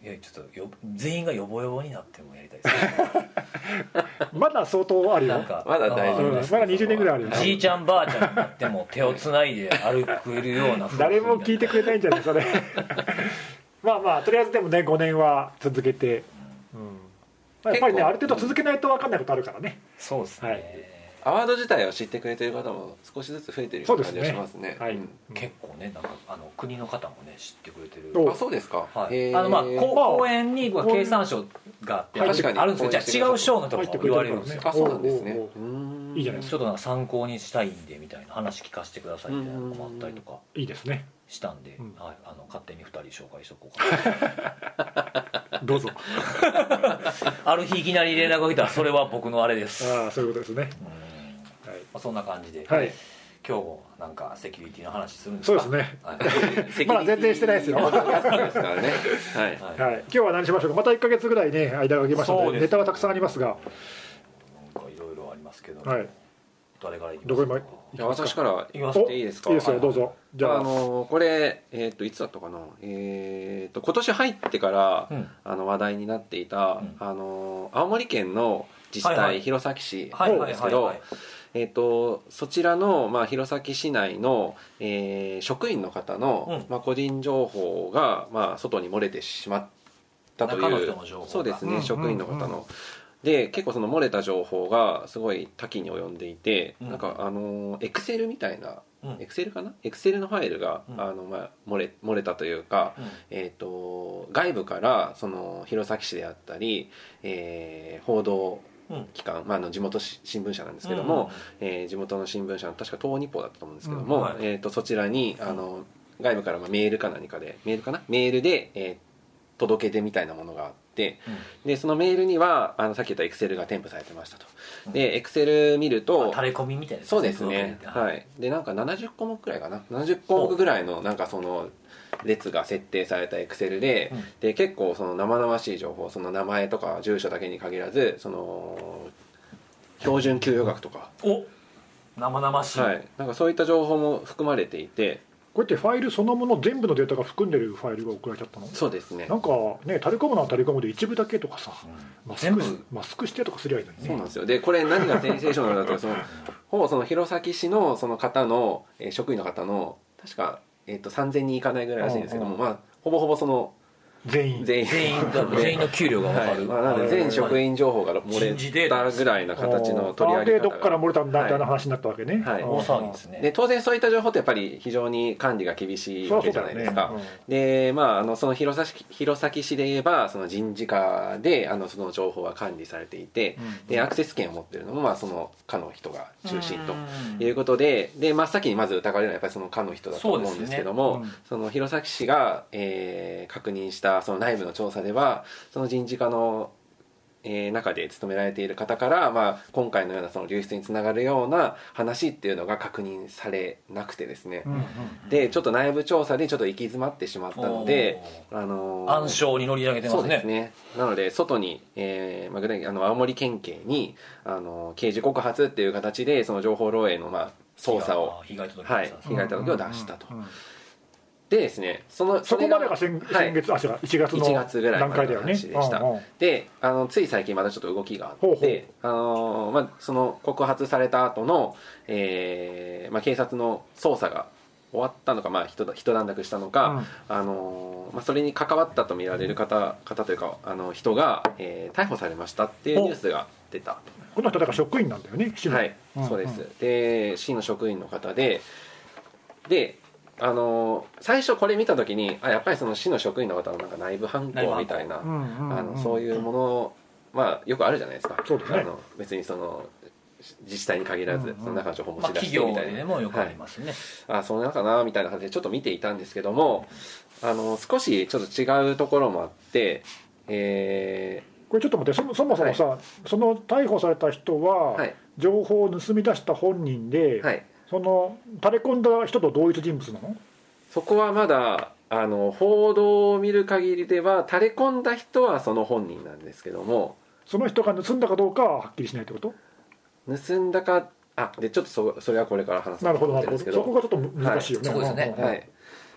Speaker 1: いやちょっとよ全員がヨボヨボになってもやりたいですね
Speaker 2: まだ相当あるよ。
Speaker 1: なんか
Speaker 3: まだ大丈夫です、
Speaker 2: うんまだにじゅうねんぐらいあるよ。
Speaker 1: じいちゃんばあちゃんになっても手をつないで歩けるような夫婦
Speaker 2: 誰も聞いてくれないんじゃないそれまあまあとりあえずでもねごねんは続けて、うん、やっぱりねある程度続けないと分かんないことあるからね。
Speaker 1: そうですね、
Speaker 2: はい
Speaker 3: アワード自体を知ってくれてる方も少しずつ増えてるような感じがしますね。
Speaker 2: はい、
Speaker 3: うん
Speaker 1: 結構ねなんかあの国の方もね知ってくれてる。
Speaker 2: お
Speaker 3: あ、そうですか。
Speaker 1: はい、
Speaker 3: へー
Speaker 1: あのまあこ公園に経産省があって
Speaker 3: 確かに
Speaker 1: あるんですけど、じゃあ違う省のとこも言われるんですよ。
Speaker 3: あ、そうなんですね。
Speaker 2: おうおうおう
Speaker 3: うーん
Speaker 2: いいじゃないです
Speaker 1: ちょっとなんか参考にしたいんでみたいな話聞かせてくださいみたいなのもあったりとか
Speaker 2: いいですね。
Speaker 1: したんで、
Speaker 2: うん
Speaker 1: はい、あの勝手にふたり紹介しとこうかな
Speaker 2: どうぞ。
Speaker 1: ある日いきなり連絡が来たらそれは僕のあれです
Speaker 2: ああそういうことですね。
Speaker 1: うん
Speaker 2: はい、
Speaker 1: まあ、そんな感じで、
Speaker 2: はい、
Speaker 1: 今日もなんかセキュリティの話するんですか。
Speaker 2: そうですね。
Speaker 1: はい
Speaker 2: まだ全然してないですよ
Speaker 3: ポッドキャストですからね。はい。
Speaker 1: はい
Speaker 2: はい、今日は何しましょうか。またいっかげつぐらいね間が空きましたので、
Speaker 1: そうですね
Speaker 2: ネタはたくさんありますが、
Speaker 1: なんかいろいろありますけど、
Speaker 2: はい、
Speaker 1: 誰からいきますか。
Speaker 2: どこにも
Speaker 3: じゃあ私から
Speaker 1: いきます
Speaker 3: 言っていいですか。
Speaker 2: いいですよ、どうぞ。じゃあ、
Speaker 3: あのこれえっ、といつだったかな。えっ、と今年入ってから、
Speaker 1: うん
Speaker 3: あの話題になっていた、
Speaker 1: うん
Speaker 3: あの青森県の自治体、
Speaker 1: はいはい
Speaker 3: 弘前市
Speaker 1: はいはい
Speaker 3: なんですけど
Speaker 1: はいはい。
Speaker 3: えー、とそちらの、まあ、弘前市内の、えー職員の方の、
Speaker 1: うん
Speaker 3: まあ、個人情報が、まあ、外に漏れてしまったという
Speaker 1: 中の人の情報が
Speaker 3: そうですね、
Speaker 2: うんうんうん
Speaker 3: 職員の方の。で結構その漏れた情報がすごい多岐に及んでいて、
Speaker 1: うん
Speaker 3: なんかあのエクセルみたいな
Speaker 1: うん
Speaker 3: エクセルかなエクセルのファイルが、
Speaker 1: うん
Speaker 3: あのまあ、漏れ漏れたというか、
Speaker 1: うん
Speaker 3: えー、と外部からその弘前市であったり、えー報道
Speaker 1: うん
Speaker 3: 機関、まあ、あの地元し新聞社なんですけども、えー地元の新聞社の確か東日報だったと思うんですけども、
Speaker 1: うんはい
Speaker 3: えー、とそちらにあの外部からまあメールか何かでメールかなメールで、えー届け出みたいなものがあって、でそのメールにはあのさっき言ったエクセルが添付されてましたと。でエクセル見ると、
Speaker 1: タレコミみたいな。
Speaker 3: そうですね、はいい、でなんかななじゅっこもくくらいかなななじゅっこもくぐらいのなんかその列が設定されたエクセルで、
Speaker 1: うん
Speaker 3: で結構その生々しい情報、その名前とか住所だけに限らずその標準給与額とか、
Speaker 1: お生々しい、
Speaker 3: はい、なんかそういった情報も含まれていて、
Speaker 2: こうやってファイルそのもの全部のデータが含んでるファイルが送られちゃったの。
Speaker 3: そうですね、
Speaker 2: なんかね、タレコムならタレコムで一部だけとかさ、
Speaker 1: うん
Speaker 2: マス
Speaker 1: 全部
Speaker 2: クマスクしてとかすりゃいいのにね。
Speaker 3: そうなんですよ。でこれ何がセンセーショナルだったかそのほぼその弘前市のその方の、えー職員の方の確か、えー、とさんぜんにんいかないぐらいらしいんですけども、
Speaker 2: うん
Speaker 3: まあほぼほぼその
Speaker 2: 全員
Speaker 3: 全員
Speaker 1: 全員だ全員の給料が分かる、
Speaker 3: はいまあ、なので全職員情報が漏
Speaker 1: 人事データ
Speaker 3: れたぐらいな形の取り上げ
Speaker 2: で
Speaker 3: 方が
Speaker 2: どっから漏れたんだみたいな
Speaker 3: は
Speaker 2: 話になったわけね。
Speaker 3: はい
Speaker 2: あー
Speaker 1: 大騒ぎですね。
Speaker 3: で当然そういった情報ってやっぱり非常に管理が厳しいわけじゃないですか。
Speaker 2: そりゃそうだよね
Speaker 3: でまああのその弘前弘前市で言えばその人事課であのその情報は管理されていて、
Speaker 2: うん
Speaker 3: でアクセス権を持ってるのもまあその課の人が中心と
Speaker 1: うん
Speaker 3: いうことで、で真っ先にまず疑われるのはやっぱりその課の人だと思うんですけども、
Speaker 2: そうですね
Speaker 3: その弘前市が、えー確認したその内部の調査ではその人事課のえー中で勤められている方から、まあ、今回のようなその流出につながるような話っていうのが確認されなくてですね、
Speaker 2: うんうん
Speaker 3: でちょっと内部調査でちょっと行き詰まってしまったので、あのー
Speaker 1: 暗礁に乗り上げてますね。
Speaker 3: そうですね。なので外に、えーまあ、具体的にあの青森県警にあの刑事告発っていう形でその情報漏洩のまあ捜査を、
Speaker 1: 被害届
Speaker 3: はい
Speaker 1: を出した
Speaker 3: 被害届を出したと。
Speaker 2: うんうんうん
Speaker 3: でですね、その
Speaker 2: そこまでが先
Speaker 3: はい
Speaker 2: 先月、あ違ういちがつの
Speaker 3: いちがつぐらいまでの
Speaker 2: 段階だよね。
Speaker 3: 話でした。
Speaker 2: うんうん
Speaker 3: であのつい最近またちょっと動きがあって
Speaker 2: ほうほう
Speaker 3: あのーまあ、その告発された後の、えーまあ、警察の捜査が終わったのか、まあ、一段一段落したのか、あのーまあ、それに関わったと見られる方方というかあの人が、えー逮捕されましたっていうニュースが出た。
Speaker 2: この人だから職員なんだよね。市の
Speaker 3: はい、
Speaker 2: ん
Speaker 3: そうです。で市の職員の方でであの最初これ見た時にあやっぱりその市の職員の方のなんか内部犯行みたいな、
Speaker 2: うんうんうん
Speaker 3: あのそういうもの、まあ、よくあるじゃないですか。
Speaker 2: そうですね
Speaker 3: あの別にその自治体に限らず、
Speaker 2: うんうん
Speaker 3: その中の情報を持
Speaker 1: まあ、
Speaker 3: ち出し
Speaker 1: 企業
Speaker 3: てみたいな、
Speaker 1: でもよくありますね。
Speaker 3: はい、あそうなのかなみたいな感じでちょっと見ていたんですけども、あの少しちょっと違うところもあって、え
Speaker 2: これちょっと待って、そもそもそもさ、その逮捕された人は、
Speaker 3: はい
Speaker 2: 情報を盗み出した本人で、
Speaker 3: ーはい、
Speaker 2: その垂れ込んだ人と同一人物なの？
Speaker 3: そこはまだあの報道を見る限りでは垂れ込んだ人はその本人なんですけども、
Speaker 2: その人が盗んだかどうかははっきりしないってこと？
Speaker 3: 盗んだかあでちょっと そ, それはこれから話す
Speaker 2: なるほどなるほど。
Speaker 3: んですけど、
Speaker 2: そこがちょっと難しいよね。
Speaker 1: はいそうですね
Speaker 2: うんうんうん
Speaker 3: はい、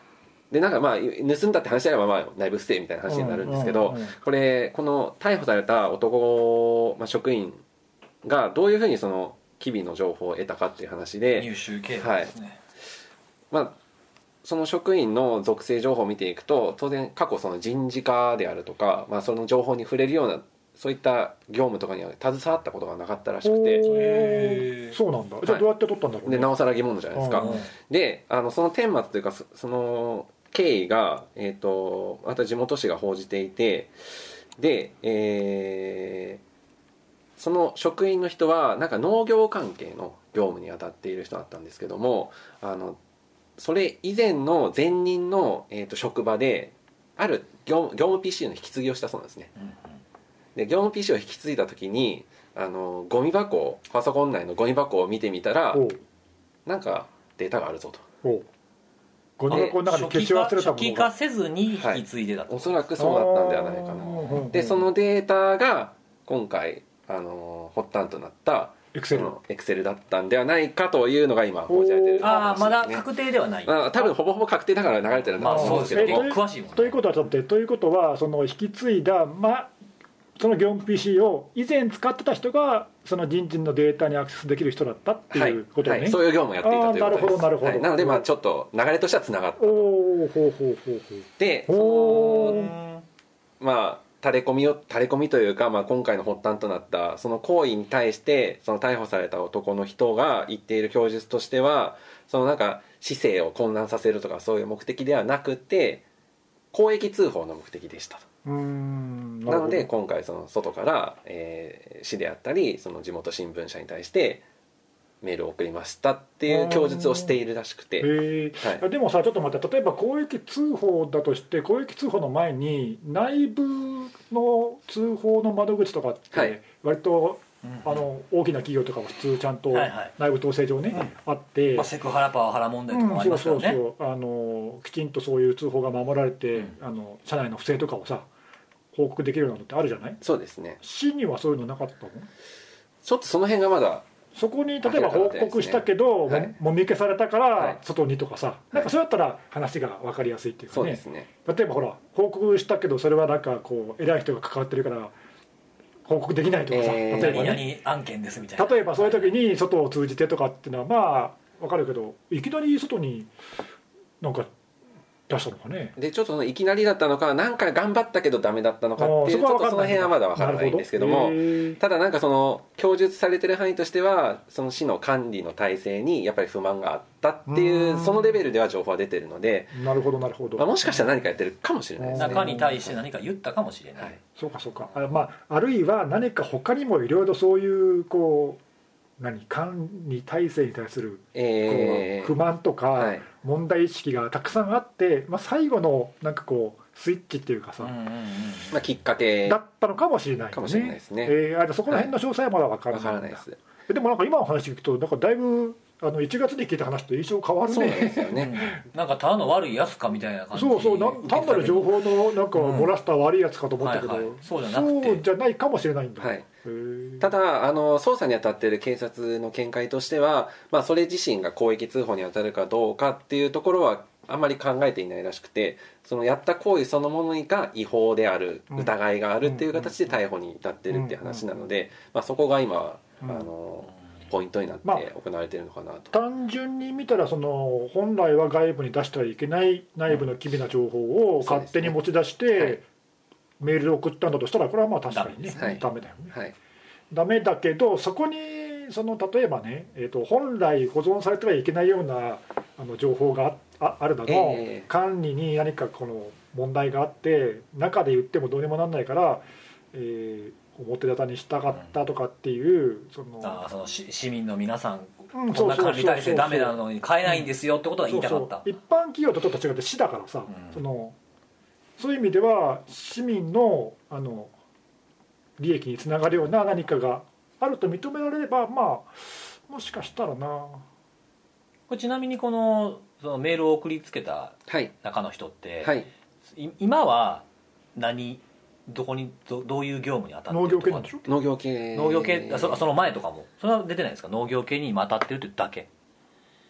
Speaker 3: でなんかまあ盗んだって話であればまあ内部不正みたいな話になるんですけど、
Speaker 2: うんうんうん、
Speaker 3: これこの逮捕された男、まあ、職員がどういうふうにその機微の情報を得たかっていう話で、
Speaker 1: 入手経路ですね、
Speaker 3: はい、まあその職員の属性情報を見ていくと、当然過去その人事課であるとか、まあ、その情報に触れるようなそういった業務とかには携わったことがなかったらしくて、
Speaker 2: へーそうなんだ。じゃあどうやって取ったんだろうね、
Speaker 3: でなおさら疑問じゃないですか。
Speaker 2: うんうん
Speaker 3: であのその顛末というか そ, その経緯が、えー、とまた地元紙が報じていて、で、えー、その職員の人はなんか農業関係の業務に当たっている人だったんですけども、あのそれ以前の前任の、えー、と職場である業 業務 ピーシー の引き継ぎをしたそうなんですね。
Speaker 1: うんうん、
Speaker 3: で業務 ピーシー を引き継いだ時にあのゴミ箱をパソコン内のゴミ箱を見てみたら、
Speaker 2: おう
Speaker 3: なんかデータがあるぞと。
Speaker 2: おうゴミ箱の中に消し忘れたものが
Speaker 1: 初期化せずに引き継いでたと、
Speaker 3: おそらくそうだったんではないかな。
Speaker 2: な
Speaker 3: でそのデータが今回あの発端となった
Speaker 2: エクセル
Speaker 3: エクセルだったんではないかというのが今報じられてる
Speaker 1: ああまだ
Speaker 3: ね、
Speaker 1: 確定ではない、
Speaker 3: あ多分ほぼほぼ確定だから流れてるんだ
Speaker 1: まあ
Speaker 3: と思うんですけども、
Speaker 1: そうですよ詳しいもんね。
Speaker 2: ということはちょっと待って、ということはその引き継いだ、ま、その業務 ピーシー を以前使ってた人がその人事のデータにアクセスできる人だったっていうことね、
Speaker 3: はいはい、そういう業務をやっていたということです。
Speaker 2: あーなるほどなるほど、
Speaker 3: はい、なのでまあちょっと流れとしてはつながったと。
Speaker 2: おおほうほうほうほう
Speaker 3: でそ
Speaker 2: お
Speaker 3: のまあ垂れ込みを垂れ込みというか、まあ、今回の発端となったその行為に対してその逮捕された男の人が言っている供述としては、そのなんか市政を混乱させるとかそういう目的ではなくて公益通報の目的でしたと。
Speaker 2: うーん
Speaker 3: なので今回その外から、えー、市であったりその地元新聞社に対してメールを送りましたっていう供述をしているらしくて、
Speaker 2: へー
Speaker 3: はい、
Speaker 2: でもさちょっと待って、例えば公益通報だとして公益通報の前に内部の通報の窓口とかっ
Speaker 3: はい
Speaker 2: て割と、
Speaker 1: うん
Speaker 2: あの大きな企業とかも普通ちゃんと
Speaker 1: はいはい
Speaker 2: 内部統制上ね、
Speaker 1: うん
Speaker 2: あって、
Speaker 1: まあ、セクハラパワハラ問題とかもあり
Speaker 2: うん、
Speaker 1: ますからね、
Speaker 2: そうそうそう、あのきちんとそういう通報が守られて、
Speaker 1: うん
Speaker 2: あの社内の不正とかをさ報告できるようなのってあるじゃない。
Speaker 3: そうですね。
Speaker 2: 市にはそういうのなかったの？
Speaker 3: ちょっとその辺がまだ
Speaker 2: そこに例えば報告したけど、
Speaker 3: はい
Speaker 2: ももみ消されたか
Speaker 3: はい
Speaker 2: ら外にとかさ、なんかそうやったら話が分かりやすいっていうかね、
Speaker 3: そうですね。
Speaker 2: 例えばほら報告したけどそれはなんかこう偉い人が関わってるから報告できないとかさ、
Speaker 3: えー
Speaker 2: 例えば
Speaker 1: 何
Speaker 2: ね、
Speaker 1: 々案件ですみたいな、
Speaker 2: 例えばそういう時に外を通じてとかっていうのはまあ分かるけど、いきなり外になんか出したのかね。
Speaker 3: でちょっとそのいきなりだったのか何回頑張ったけどダメだったのかっていうちょっとその辺はまだ分からないんですけども、ただなんかその供述されてる範囲としてはその市の管理の体制にやっぱり不満があったっていう
Speaker 2: うん
Speaker 3: そのレベルでは情報は出てるので、
Speaker 2: なるほどなるほど、
Speaker 3: まあ、もしかしたら何かやってるかもしれないですね。
Speaker 1: 中に対して何か言ったかもしれない、
Speaker 3: はい、
Speaker 2: そうかそうか、あ、まあ、あるいは何か他にもいろいろそういうこう何管理体制に対するこ
Speaker 3: えー、
Speaker 2: う不満とか
Speaker 3: はい
Speaker 2: 問題意識がたくさんあって、まあ、最後のなんかこうスイッチっていうかさ、
Speaker 1: うんうんうん
Speaker 3: まあ、きっかけ
Speaker 2: だったのかもしれないよね。
Speaker 3: かもしれないですね
Speaker 2: えーあじゃあそこら辺の詳細はまだ分から
Speaker 3: わ
Speaker 2: ないんだ、
Speaker 3: からないです。
Speaker 2: えでもなんか今の話聞くとなんかだいぶあのいちがつに聞いた話と印象変わる
Speaker 3: そうなんで
Speaker 2: ね。
Speaker 3: すよね。
Speaker 1: うんなんかただの悪いやつかみたいな感じ
Speaker 2: そうそうな単なる情報のなんか
Speaker 1: うん
Speaker 2: 漏らした悪いやつかと思ったけど、
Speaker 1: はいはいそうじゃなくて
Speaker 2: そうじゃないかもしれないんだ、
Speaker 3: はい、
Speaker 2: へー
Speaker 3: ただあの捜査に当たっている警察の見解としては、まあ、それ自身が公益通報に当たるかどうかっていうところはあんまり考えていないらしくて、そのやった行為そのものが違法である、
Speaker 2: うん
Speaker 3: 疑いがあるっていう形で逮捕に至ってるっていう話なので、まあ、そこが今、
Speaker 2: うん
Speaker 3: あのポイントになって
Speaker 2: まあ
Speaker 3: 行われているのかなと。
Speaker 2: 単純に見たらその本来は外部に出してはいけない内部の機微な情報を勝手に持ち出して、
Speaker 3: そうですねはい
Speaker 2: メールで送ったんだとしたらこれはまあ確かにね
Speaker 3: ダメです
Speaker 2: ダメだよね、
Speaker 3: はい
Speaker 2: ダメだけどそこにその例えばね、えー、と本来保存されてはいけないようなあの情報が あ, ああるだの、
Speaker 3: えー
Speaker 2: 管理に何かこの問題があって中で言ってもどうにもなんないから、えー表沙汰にしたかったとかっていうその
Speaker 1: あそのし市民の皆さん
Speaker 2: うん
Speaker 1: こんな管理体制ダメなのに変えないんですよってことが言いたかった。
Speaker 2: そうそう一般企業とちょっと違って市だからさ、
Speaker 1: うん
Speaker 2: そのそういう意味では市民のあの利益につながるような何かがあると認められればまあもしかしたらな。
Speaker 1: これちなみにこのそのメールを送りつけた
Speaker 3: はい
Speaker 1: 中の人って、
Speaker 3: はい
Speaker 1: い今は何どこに ど, どういう業務に当たってる
Speaker 2: 農業系なんでしょ。
Speaker 3: 農業系
Speaker 1: 農業系あそその前とかもそれは出てないですか？農業系に今当たってるというだけ。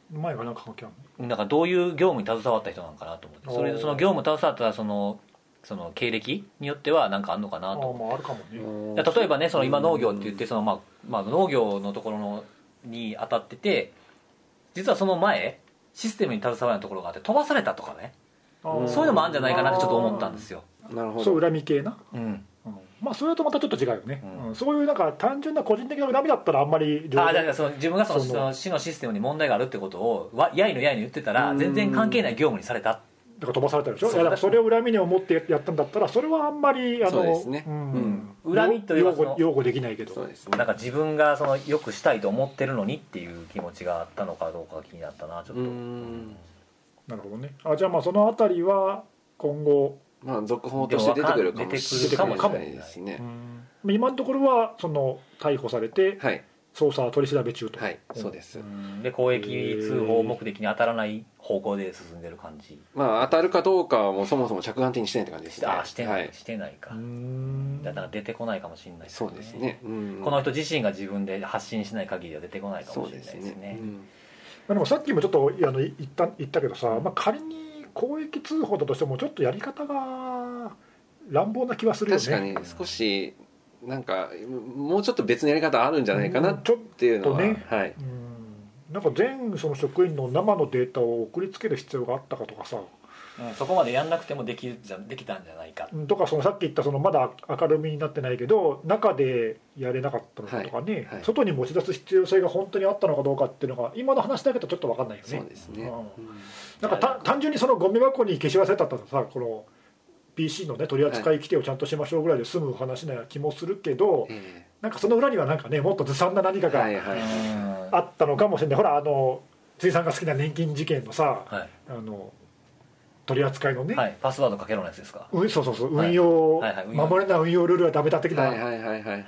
Speaker 2: 前がなんか関係あるの？
Speaker 1: なんかどういう業務に携わった人なのかなと思って、それでその業務に携わったそのその経歴によっては何かあるのかなと思って。
Speaker 2: あ、まあ、あるかもね。
Speaker 1: 例えばね、その今農業って言ってその、まあまあ、農業のところのに当たってて、実はその前システムに携わるところがあって飛ばされたとかね、そういうのもあるんじゃないかなってちょっと思ったんですよ。
Speaker 3: なるほど。
Speaker 2: そう、恨み系な、
Speaker 1: うん、
Speaker 2: うん、まあそれとまたちょっと違うよね、
Speaker 1: うん
Speaker 2: うん、そういうなんか単純な個人的な恨みだったらあんまり
Speaker 1: ああ、だからその自分がその
Speaker 2: その
Speaker 1: その市のシステムに問題があるってことをわやいのやいの言ってたら全然関係ない業務にされた。
Speaker 2: だから飛ばされたでしょ。
Speaker 1: そう
Speaker 2: いやだからそれを恨みに思ってやったんだったらそれはあんまりあの
Speaker 3: そうですね、
Speaker 2: うん
Speaker 1: うん、恨みというかその
Speaker 2: 擁護擁護できないけど、
Speaker 3: そうですね。
Speaker 1: なんか自分がそのよくしたいと思ってるのにっていう気持ちがあったのかどうかが気になったなちょっと。
Speaker 3: うーん。
Speaker 2: なるほどね。あ、じゃあまあそのあたりは今後、
Speaker 3: まあ続報として出てくるかもしれ
Speaker 2: かも
Speaker 3: ないですね。
Speaker 2: うん、今のところはその逮捕されて
Speaker 3: はい
Speaker 2: 捜査取り調べ中と、
Speaker 3: はい、そうです。
Speaker 1: うんで公益通報目的に当たらない方向で進んでる感じ。
Speaker 3: まあ当たるかどうかはもうそもそも着眼点にしてないって感じですね。
Speaker 1: ああしてない、
Speaker 3: はい、
Speaker 1: してないか。
Speaker 2: うーん
Speaker 1: だから出てこないかもしれないです
Speaker 3: そうですね。うん、
Speaker 1: この人自身が自分で発信しない限りは出てこないかもしれないですね。
Speaker 3: そうですね。うん、
Speaker 2: まあ、でもさっきもちょっとあの言った言ったけどさ、まあ、仮に公益通報だとしてもちょっとやり方が乱暴な気はするよね。
Speaker 3: 確かに少しなんかもうちょっと別のやり方あるんじゃないかなっていうのは、
Speaker 2: ね、
Speaker 3: はい、
Speaker 2: うん、なんか全その職員の生のデータを送りつける必要があったかとかさ、
Speaker 1: うん、そこまでやんなくてもできるじゃできたんじゃないか
Speaker 2: とか、そのさっき言ったそのまだ明るみになってないけど中でやれなかったのかとかね、
Speaker 3: はいはい、
Speaker 2: 外に持ち出す必要性が本当にあったのかどうかっていうのが今の話だけどちょっと分かんないよね。
Speaker 3: そうですね、
Speaker 2: うん、なんかた単純にそのゴミ箱に消し忘れたったらさ、この ピーシー のね取り扱い規定をちゃんとしましょうぐらいで済む話な気もするけど、
Speaker 3: えー、
Speaker 2: なんかその裏にはなんかねもっとずさんな何かが
Speaker 3: はいはい、
Speaker 2: あったのかもしれない。ほらあの辻さんが好きな年金事件のさ、
Speaker 1: はい、
Speaker 2: あの取り扱いのね、
Speaker 1: はい、パスワードかけろのやつですか。
Speaker 2: うん、そうそうそう、運用、
Speaker 1: はいはいはい、
Speaker 2: 守れない運用ルールはダメだ的な、
Speaker 3: はいはいはいはいはいはい、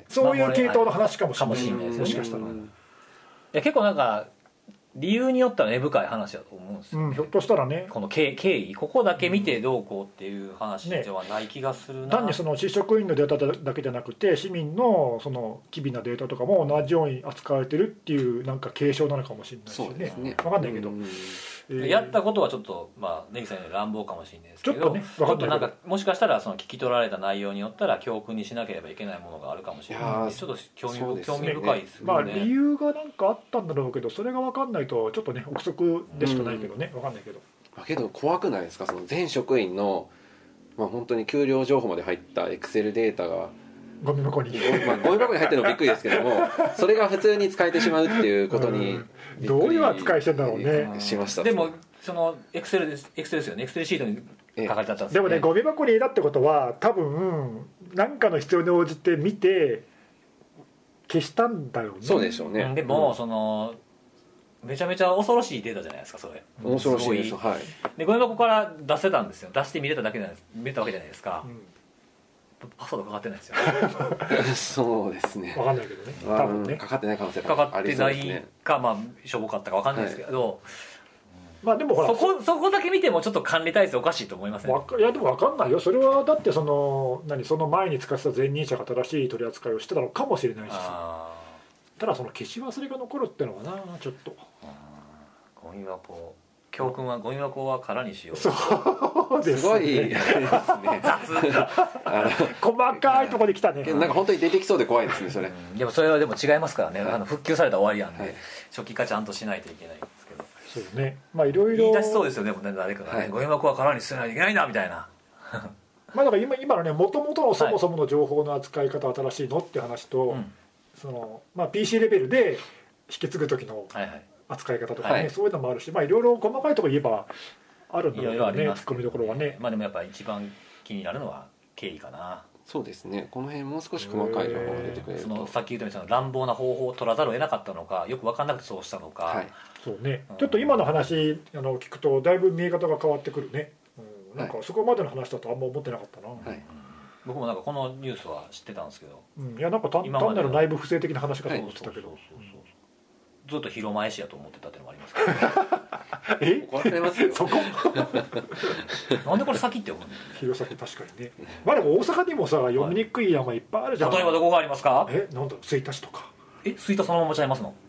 Speaker 2: そういう系統の話かもしれない、
Speaker 1: かもしれないですね、
Speaker 2: もしかしたら。い
Speaker 1: や結構なんか理由によっては根深い話だと思うんですよ、ね、
Speaker 2: うん、ひょっとしたらね、
Speaker 1: この経緯ここだけ見てどうこうっていう話ではない気がするな、
Speaker 2: ね、単にその市職員のデータだけじゃなくて市民のその機微なデータとかも同じように扱われてるっていうなんか継承なのかもしれないしね、
Speaker 3: そうですね、
Speaker 2: 分かんないけど、
Speaker 1: えー、やったことはちょっとまあ根岸さんより乱暴かもしれないですけど、
Speaker 2: ちょっとね、
Speaker 1: ちょっとなんかもしかしたらその聞き取られた内容によったら教訓にしなければいけないものがあるかもしれないので、ちょっと興味、ね、興味深いですよね。
Speaker 2: まあ理由がなんかあったんだろうけど、それが分かんないとちょっとね憶測でしかないけどね、分かんないけど。
Speaker 3: だけど怖くないですか、その全職員のまあ本当に給料情報まで入ったエクセルデータが
Speaker 2: ゴミ箱に、
Speaker 3: まあ、ゴミ箱に入ってるのびっくりですけども、それが普通に使えてしまうっていうことに
Speaker 2: どういう扱いしてんだろうね。
Speaker 3: しました。
Speaker 1: でもそのエクセルですエクセルですよね、エクセルシートに書かれてあったんですよね。
Speaker 2: でもね、ゴミ箱に入れたってことは多分何かの必要に応じて見て消したんだよね。
Speaker 3: そうでしょうね。
Speaker 1: でも、
Speaker 3: うん、
Speaker 1: そのめちゃめちゃ恐ろしいデータじゃないですか、それ。
Speaker 3: 面白しいです。はい。
Speaker 1: でゴミ箱から出せたんですよ。出して見れただけじゃないです。見れたわけじゃないですか。うん、パスワードかかってないですよ。
Speaker 3: そうですね。
Speaker 2: わかんないけどね。多分ね。
Speaker 3: かかってない可能性
Speaker 1: がありそうですね。かかってないか、まあしょぼかったかわかんないですけど。はい、
Speaker 2: まあでもほら
Speaker 1: そこそこだけ見てもちょっと管理体制おかしいと思いません、ね、
Speaker 2: いやでも分かんないよ。それはだってその何その前に使ってた前任者が正しい取り扱いをしてたのかもしれないしさ。ただその消し忘れが残るってのはなちょっと。
Speaker 1: ゴミ箱教訓はゴミ箱は空にしよう。
Speaker 2: そうですね。
Speaker 3: すごいですね。
Speaker 1: 雑
Speaker 2: 細かいところで来たね。
Speaker 3: なんか本当に出てきそうで怖いですねそれ。
Speaker 1: うん、でもそれはでも違いますからね。あの復旧されたら終わりなんで、はい、初期化ちゃんとしないといけないんですけど。
Speaker 2: そうね。まあいろいろ
Speaker 1: 言い出しそうですよね。もうね誰かがね、はい、ゴミ箱は空に捨てないといけないんだみたいな。
Speaker 2: まあだから今今のね元々のそもそもの情報の扱い方は正しいのって話と、はい、そのまあ ピーシー レベルで引き継ぐ時の。はいはい扱い方とかね、はい、そういうのもあるし、まあいろいろ細かいところ言えばあるんだろうね、突っ込みどころはね。
Speaker 1: まあでもやっぱり一番気になるのは経緯かな。
Speaker 3: そうですね。この辺もう少し細かい情報が出てくれると。
Speaker 1: そのさっき言ったように乱暴な方法を取らざるを得なかったのか、よく分かんなくてそうしたのか。はい、
Speaker 2: そうね。ちょっと今の話あの聞くとだいぶ見え方が変わってくるね。うん、なんかそこまでの話だとあんま思ってなかったな。はい、
Speaker 1: 僕もなんかこのニュースは知ってたんですけど。
Speaker 2: うん、いやなんか単なる内部不正的な話かと思ってたけど。はい
Speaker 1: ずっと広前市やと思ってたっていうのもありますから、ね、
Speaker 2: え
Speaker 3: 怒られますよ
Speaker 2: そこ
Speaker 1: なんでこれ先って思うの。
Speaker 2: 弘前確かにね。まあでも大阪にもさ読みにくい山いっぱいあるじゃん。
Speaker 1: 例えばどこがありますか。
Speaker 2: えなんだろう吹田市とか。
Speaker 1: え吹田そのままちゃいますの。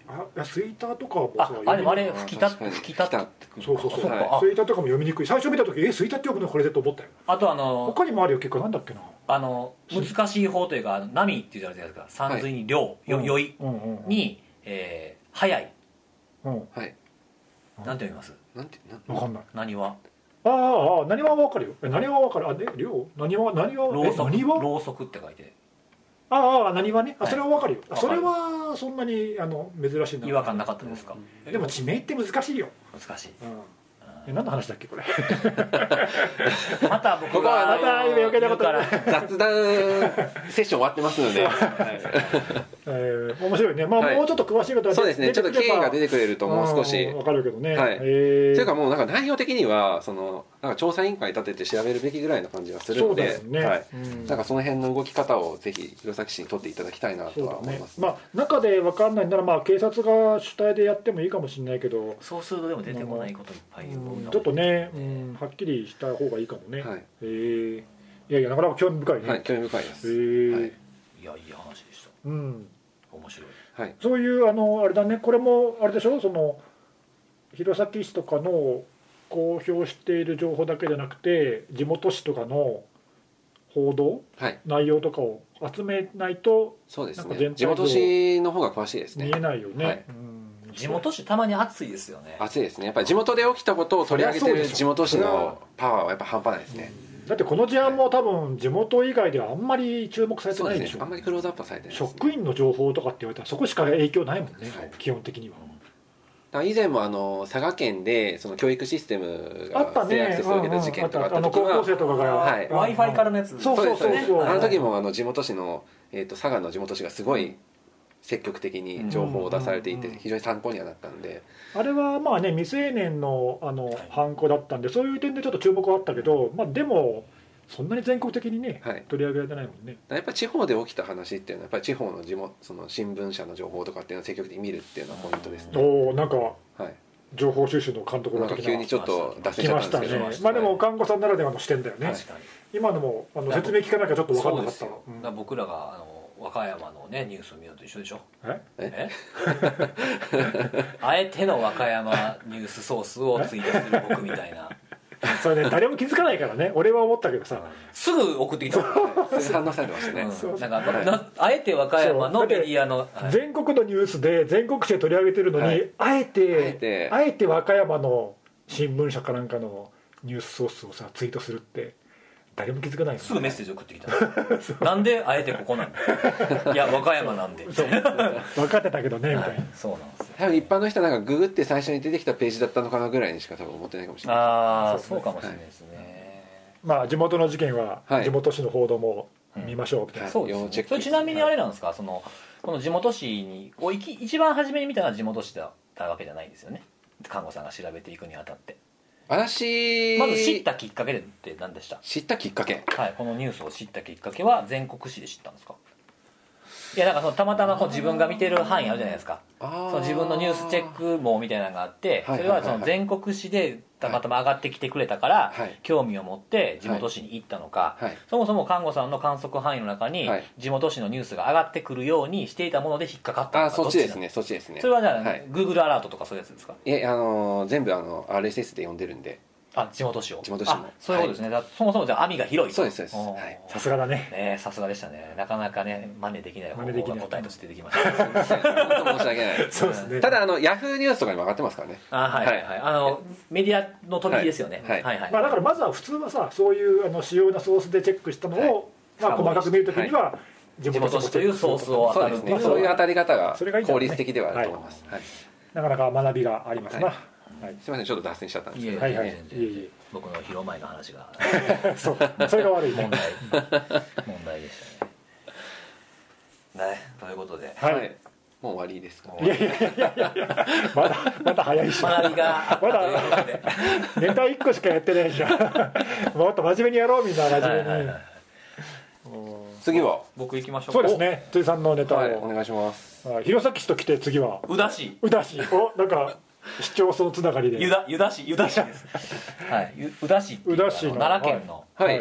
Speaker 2: あいやスイーターとかも
Speaker 1: あ
Speaker 2: さ
Speaker 1: あでもあれ
Speaker 3: あ
Speaker 1: 吹きた
Speaker 3: 確かに
Speaker 1: 吹きたってくる
Speaker 2: そうそうそう、
Speaker 1: そっか
Speaker 3: はい
Speaker 1: あ
Speaker 2: スイーターとかも読みにくい。最初見た時えスイーターって読むのこれでと思ったよ。
Speaker 1: あとあの
Speaker 2: 他にもあるよ結構。なんだっけな、
Speaker 1: あの難しい方というかあの波っていうじゃないですか。山水に量、よ酔い
Speaker 2: うんうんうん、
Speaker 1: に、えー、早い
Speaker 2: うん、
Speaker 3: はい
Speaker 1: なんて読みます？
Speaker 3: なんてなん
Speaker 2: 分かんない。
Speaker 1: 何は
Speaker 2: ああああ何は分かるよ。え何は分かる。あね量何は何は
Speaker 1: ろうそく
Speaker 2: え何は
Speaker 1: ろうそくって書いて
Speaker 2: ああ何はねあ
Speaker 1: はい
Speaker 2: それは分かるよ、
Speaker 1: わかる
Speaker 2: それはそんなにあの珍しいな。
Speaker 1: 違和感なかったですか？
Speaker 2: でも地名って難しいよ、
Speaker 1: 難しい。
Speaker 2: うん、え何の話だっけこれ
Speaker 1: また僕
Speaker 3: ここは
Speaker 1: が
Speaker 2: また今余計なこと
Speaker 1: 言うから
Speaker 3: 雑談セッション終わってますので、はい
Speaker 2: えー、面白いね。まあ、
Speaker 3: はい
Speaker 2: もうちょっと詳しいことは
Speaker 3: そうですねちょっと経緯が出てくれるともう少し
Speaker 2: 分かるけどね、
Speaker 3: はい
Speaker 2: えー
Speaker 3: というかもうなんか内容的にはそのなんか調査委員会立てて調べるべきぐらいの感じがするので、
Speaker 2: そうだよね、
Speaker 3: はい、
Speaker 2: うん
Speaker 3: なんかその辺の動き方をぜひ弘前市に取っていただきたいなとは
Speaker 2: そうだね
Speaker 3: 思います。
Speaker 2: まあ中で分かんないならまあ警察が主体でやってもいいかもしれないけど、
Speaker 1: そうするとでも出てこないこといっぱい多いかも
Speaker 2: うんちょっとね、うん、はっきりした方がいいかもね、
Speaker 3: はい
Speaker 2: えーいやいやなかなか興味深いね、
Speaker 3: はい、興味深いで
Speaker 2: え
Speaker 3: す。
Speaker 2: ー
Speaker 3: はい
Speaker 1: いやいい話でした。
Speaker 2: うん、
Speaker 1: 面白い。
Speaker 3: はい、
Speaker 2: そういうあのあれだね、これもあれでしょ、その弘前市とかの公表している情報だけじゃなくて地元紙とかの報道
Speaker 3: はい、
Speaker 2: 内容とかを集めないと
Speaker 3: そうです
Speaker 2: なんか全
Speaker 3: ね。
Speaker 2: 体像
Speaker 3: 地元紙の方が詳しいですね
Speaker 2: 見え。ないよね、
Speaker 3: はい
Speaker 2: うん、
Speaker 1: 地元紙たまに熱いですよね。
Speaker 3: 熱いですね。やっぱり地元で起きたことを取り上げてる地元紙
Speaker 2: そりゃそうでしょ
Speaker 3: のパワーはやっぱ半端ないですね。
Speaker 2: だってこの事案も多分地元以外ではあんまり注目されて
Speaker 3: そう
Speaker 2: ないでしょ。
Speaker 3: ですね。あんまりクローズアップはされてないですね。
Speaker 2: 職員の情報とかって言われたらそこしか影響ないもんね、
Speaker 3: はい
Speaker 2: 基本的には。
Speaker 3: だから以前もあの佐賀県でその教育システム
Speaker 2: あった
Speaker 3: が不正アク
Speaker 2: ね、
Speaker 3: セスを受けた事件とかあった時
Speaker 2: あの高校生
Speaker 3: は、
Speaker 2: とかが、
Speaker 3: はい
Speaker 1: w i f i からのやつ。
Speaker 2: そうそうそうそう
Speaker 3: あの時もあの地元紙の、えー、と佐賀の地元紙がすごい積極的に情報を出されていて
Speaker 2: うん
Speaker 3: 非常に参考にはなったんで、
Speaker 2: あれはまあね未成年のあの犯行だったんでそういう点でちょっと注目はあったけど、まあ、でもそんなに全国的にね、
Speaker 3: はい
Speaker 2: 取り上げられてないもんね。
Speaker 3: やっぱり地方で起きた話っていうのはやっぱり地方の地元その新聞社の情報とかっていうのを積極的に見るっていうのはポイントですね。
Speaker 2: おおなんか
Speaker 3: はい、
Speaker 2: 情報収集の監督
Speaker 3: なんか
Speaker 2: の的な
Speaker 3: 急にちょっと脱線しちゃ
Speaker 2: 来ましたね
Speaker 3: ったんですけど、
Speaker 2: まあでも看護さんならではの視点だよね、
Speaker 3: はい
Speaker 1: 確かに。
Speaker 2: 今のもあの説明聞かなきゃちょっと分かんなかったわ
Speaker 1: そうですよ。だから僕らがあの和歌山のねニュースを見るのと一緒でしょ。
Speaker 2: え
Speaker 1: えあえての和歌山ニュースソースをツイートする僕みたいな。
Speaker 2: それね誰も気づかないからね俺は思ったけどさ、
Speaker 1: すぐ送ってきたもんね。
Speaker 3: それ反応されてましたね。
Speaker 1: うんなんかなあえて和歌山のメディアの、はい
Speaker 2: 全国のニュースで全国紙で取り上げてるのに、
Speaker 3: はい
Speaker 2: あえて
Speaker 3: あえて
Speaker 2: あえて和歌山の新聞社かなんかのニュースソースをさツイートするって誰も気づかないよね
Speaker 1: すぐメッセージ送ってきた。なんであえてここなんだ。いや和歌山なんで。
Speaker 2: そう分かってたけどねみたいな、
Speaker 1: はい、そうなんですよ。
Speaker 3: 多分一般の人はなんかググって最初に出てきたページだったのかなぐらいにしか多分思ってないかもしれない。
Speaker 1: ああ、
Speaker 2: そ
Speaker 1: そううかもしれないですね。
Speaker 2: まあ地元の事件は
Speaker 3: はい
Speaker 2: 地元紙の報道も見ましょうみたいな、
Speaker 3: はい
Speaker 1: そうですね。
Speaker 3: 要チェック
Speaker 1: それちなみにあれなんですか、そのこの地元紙にこういき一番初めに見たのは地元紙だったわけじゃないんですよね。看護さんが調べていくにあたって。
Speaker 3: 私
Speaker 1: まず知ったきっかけって何でした？
Speaker 3: 知ったきっかけ
Speaker 1: はい、このニュースを知ったきっかけは全国紙で知ったんですか？いやなんかそのたまたまこう自分が見てる範囲あるじゃないですか。
Speaker 3: あー
Speaker 1: その自分のニュースチェック網みたいなのがあって、
Speaker 3: はい
Speaker 1: それはその全国紙でたまたま上がってきてくれたから、
Speaker 3: はい
Speaker 1: 興味を持って地元紙に行ったのか、
Speaker 3: はい
Speaker 1: そもそも看護さんの観測範囲の中に
Speaker 3: はい
Speaker 1: 地元紙のニュースが上がってくるようにしていたもので引っかかったのか、
Speaker 3: あそっちです
Speaker 1: ど
Speaker 3: ねそっちですね
Speaker 1: それはじゃあ、
Speaker 3: はい
Speaker 1: Google アラートとかそういうやつですか？
Speaker 3: いえあのー全部あの アールエスエス で読んでるんで
Speaker 1: あ地元紙を
Speaker 3: 地元紙も
Speaker 1: あそういうことですね、だからそもそもじゃあ網が広いと。
Speaker 3: そうですそうです
Speaker 1: おー
Speaker 3: はい
Speaker 2: さすがだね
Speaker 1: ねえさすがでしたね。なかなかね真似できない方
Speaker 2: 真似できない
Speaker 1: 法が答えとして出てきましたね
Speaker 3: 本当申し訳ない
Speaker 2: そうですね
Speaker 3: ただあのヤフーニュースとかにも上がってますからね
Speaker 1: あはいはいはい、あのメディアの飛びですよね、
Speaker 3: はい
Speaker 1: はいはい、
Speaker 2: まあ、だからまずは普通はさそういうあの主要なソースでチェックしたのを、まあ、細かく見るときには地
Speaker 1: 地元紙というソースを当たる
Speaker 3: そうですね
Speaker 1: っていうのは
Speaker 3: そういう当たり方が
Speaker 2: それがいいんじゃない
Speaker 3: 効率的ではあると思いますはい
Speaker 2: なかなか学びがありますな、
Speaker 3: は
Speaker 2: はい
Speaker 3: すいませんちょっと脱線しちゃったんです
Speaker 1: いえいえ
Speaker 3: けど
Speaker 2: はいはい
Speaker 1: 全然
Speaker 2: いえいえ
Speaker 1: 僕の広前の話が
Speaker 2: そうそれが悪いね
Speaker 1: 問題問題でしたね。ねということで
Speaker 2: はい、
Speaker 3: はいもう終わりですか
Speaker 1: もう
Speaker 2: いやいやいやいやいやまだまだ早いし
Speaker 1: 学びがあったということで
Speaker 2: ネタいっこしかやってないじゃんもっと真面目にやろうみんな真面目に、
Speaker 1: はいはいはい
Speaker 3: 次は
Speaker 1: 僕行きましょう
Speaker 2: そうですね辻さんのネタを、
Speaker 3: はいお願いします
Speaker 2: はい弘前市と来て次は
Speaker 1: おうだし
Speaker 2: 宇田市おなんか市町村つながりで
Speaker 1: ゆだゆだしゆだしですはいゆうだしっていう
Speaker 2: 宇田市の
Speaker 1: あの奈良県の、
Speaker 3: はい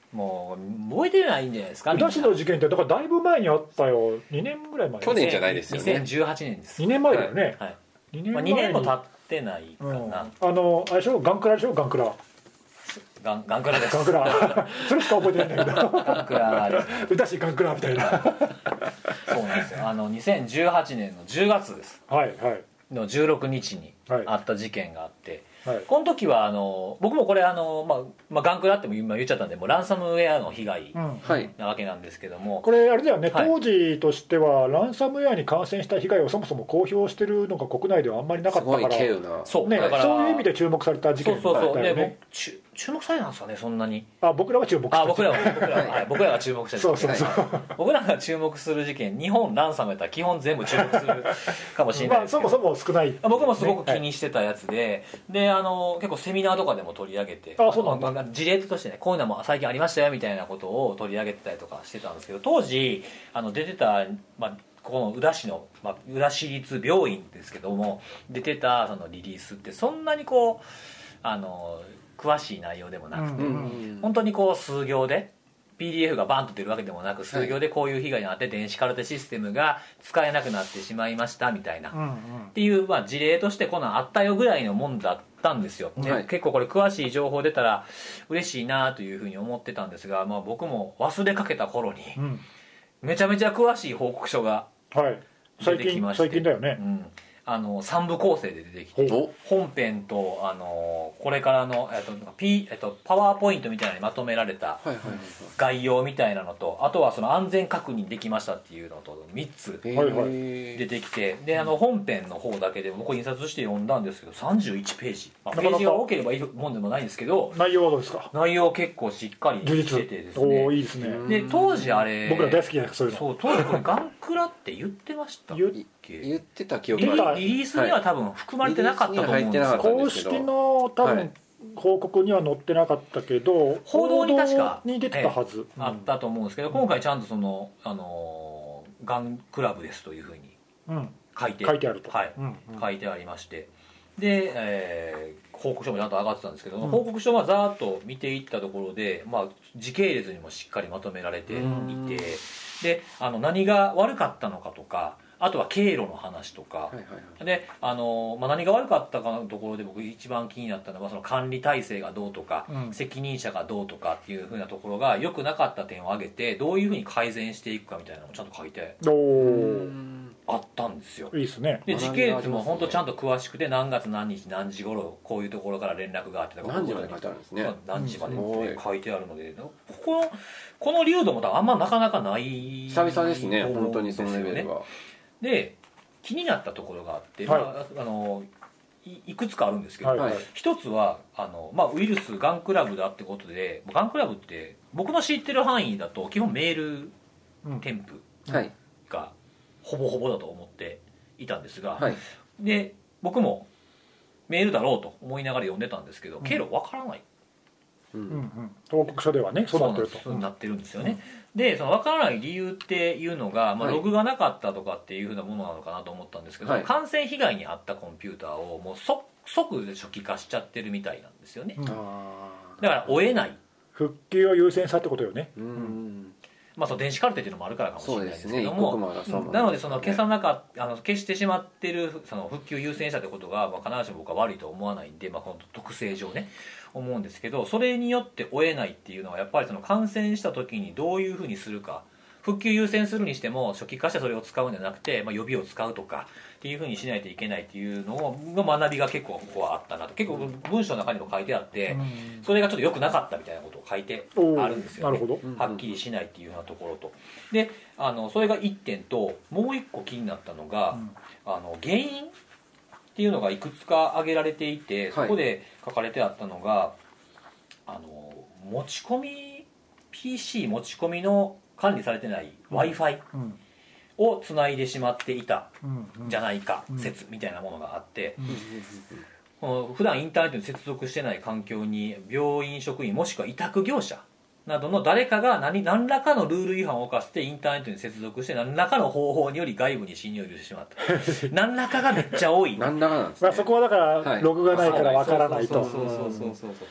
Speaker 1: もう覚えてないんじゃないですか。
Speaker 2: 宇田市の事件ってだからだいぶ前にあったよ。にねんぐらい前。
Speaker 3: 去年じゃないですよね。
Speaker 1: にせんじゅうはちねんです。
Speaker 2: にねんまえだよね、
Speaker 1: はい、
Speaker 2: にねんまえに、
Speaker 1: まあ、にねんも経ってないかな、うん、
Speaker 2: あのあれでしょ、ガンクラでしょ、ガンクラ
Speaker 1: ガンガンクラです。
Speaker 2: ガンクラそれしか覚えてないんだけど
Speaker 1: ガンクラです、ね、
Speaker 2: 宇田市ガンクラみたいな
Speaker 1: そうなんですよ。あのにせんじゅうはちねんのじゅうがつです、
Speaker 2: はいはい
Speaker 1: のじゅうろくにちにあった事件があって、はい、この時はあの僕もこれあの、まあまあ、ガンクラっても今言っちゃったんでもうランサムウェアの被害なわけなんですけども、うん、
Speaker 2: これあれだよね、
Speaker 1: はい、
Speaker 2: 当時としてはランサムウェアに感染した被害をそもそも公表してるのが国内ではあんまりなかったから、
Speaker 3: そう、
Speaker 2: ね、だからそういう意味で注目された事件だよね。
Speaker 1: そうそうそう、ね、注注目されたんですかね、そんなに。
Speaker 2: あ、僕らは注目した。
Speaker 1: あ、僕らは僕らは、はい、僕らが注目した事件。そうそうそう、僕らが注目する事件、日本ランサムやったら基本全部注目するかもしれないですけど、
Speaker 2: まあ、そもそも少ない、ね、
Speaker 1: 僕もすごく気にしてたやつで、はい、であの結構セミナーとかでも取り上げて、
Speaker 2: あ、そうなんだ、
Speaker 1: 事例としてね、こういうのも最近ありましたよみたいなことを取り上げてたりとかしてたんですけど、当時あの出てた、まあ、ここの宇田市の、まあ、宇田市立病院ですけども出てたそのリリースってそんなにこうあの詳しい内容でもなくて、うんうん、本当にこう数行で ピーディーエフ がバンと出るわけでもなく、数行でこういう被害に遭って電子カルテシステムが使えなくなってしまいましたみたいな、うんうん、っていう、まあ、事例としてこんなんあったよぐらいのもんだったんですよ、で、はい、結構これ詳しい情報出たら嬉しいなというふうに思ってたんですが、まあ、僕も忘れかけた頃に、うん、めちゃめちゃ詳しい報告書が出てきまして、
Speaker 2: はい、最近、最近だよね、
Speaker 1: うん、あのさんぶ構成で出てきて、本編とあのこれからの、えっと P えっと、パワーポイントみたいなのにまとめられた概要みたいなのと、あとはその安全確認できましたっていうのとみっつ出てきて、であの本編の方だけでもこれ印刷して読んだんですけどさんじゅういちページ、まあ、ページが多ければいいもんでもないんですけど、
Speaker 2: 内容はどうですか。
Speaker 1: 内容結構しっかりしててですね、
Speaker 2: おいいですね。
Speaker 1: で当時あれ
Speaker 2: 僕ら大好きじゃないですか、そういうの。
Speaker 1: そう、当時これガンクラって言ってました
Speaker 3: 言言ってた記憶が
Speaker 1: リリースには多分含まれてなかったと思うんですよ、はい、
Speaker 2: 公式の多分、はい、報告には載ってなかったけど
Speaker 1: 報道に確か
Speaker 2: に出てたはず、
Speaker 1: ええ、あったと思うんですけど、今回ちゃんとその、あのガンクラブですというふうに書いて、
Speaker 2: うん、書いてあると、
Speaker 1: はい、うんうん、書いてありまして、で、えー、報告書もちゃんと上がってたんですけど、うん、報告書はざーっと見ていったところで、まあ、時系列にもしっかりまとめられていて、うん、であの何が悪かったのかとか、あとは経路の話とか、はいはいはい、であの、まあ、何が悪かったかのところで僕一番気になったのはその管理体制がどうとか、うん、責任者がどうとかっていうふうなところが良くなかった点を挙げてどういうふうに改善していくかみたいなのをちゃんと書いてあったんですよ。
Speaker 2: いいですね。
Speaker 1: で時系列も本当ちゃんと詳しくて何月何日何時頃こういうところから連絡があって
Speaker 3: 何時まで書いてあるんですね。
Speaker 1: 何時までって書いてあるので、ここのこの流度もあんまなかなかない
Speaker 3: 久々ですね、本当にそのレベルは。
Speaker 1: で気になったところがあって、はい、まあ、あの い, いくつかあるんですけど、はい、一つはあの、まあ、ウイルスガンクラブだってことで、ガンクラブって僕の知ってる範囲だと基本メール添付がほぼほぼだと思っていたんですが、はい、で僕もメールだろうと思いながら読んでたんですけど、経路わからない、
Speaker 2: うんうんうん、報告書ではねそうなってると、
Speaker 1: そうなってるんですよね、うん、でその分からない理由っていうのが、まあ、ログがなかったとかっていうふうなものなのかなと思ったんですけど、はい、感染被害に遭ったコンピューターをもう即即初期化しちゃってるみたいなんですよね、うん、だから追えない、
Speaker 2: 復旧を優先したってことよね、うん
Speaker 1: うんまあ、その電子カルテっていうのもあるからかもしれないですけども、
Speaker 3: ね、
Speaker 1: なのでその消さなかあの消してしまってるその復旧優先したってことが、まあ、必ずしも僕は悪いと思わないんで、まあ、この特性上ね思うんですけど、それによって追えないっていうのはやっぱりその感染した時にどういうふうにするか、復旧優先するにしても初期化してそれを使うんじゃなくて、まあ、予備を使うとかっていうふうにしないといけないっていうのの学びが結構ここはあったなと。結構文章の中にも書いてあって、それがちょっと良くなかったみたいなことを書いてあるんですよね。
Speaker 2: なるほど。
Speaker 1: はっきりしないっていうようなところと、であのそれがいってんと、もういっこ気になったのが、うん、あの原因っていうのがいくつか挙げられていて、そこで書かれてあったのが、はい、あの持ち込み ピーシー 持ち込みの管理されてない Wi-Fi をつないでしまっていたじゃないか説みたいなものがあって、この普段インターネットに接続してない環境に病院職員もしくは委託業者などの誰かが 何, 何らかのルール違反を犯してインターネットに接続して何らかの方法により外部に侵入してしまった何らかがめっちゃ多い
Speaker 3: 何らかなんですね、
Speaker 2: まあ、そこはだからログがないからわからないと。
Speaker 1: そうそうそうそうそう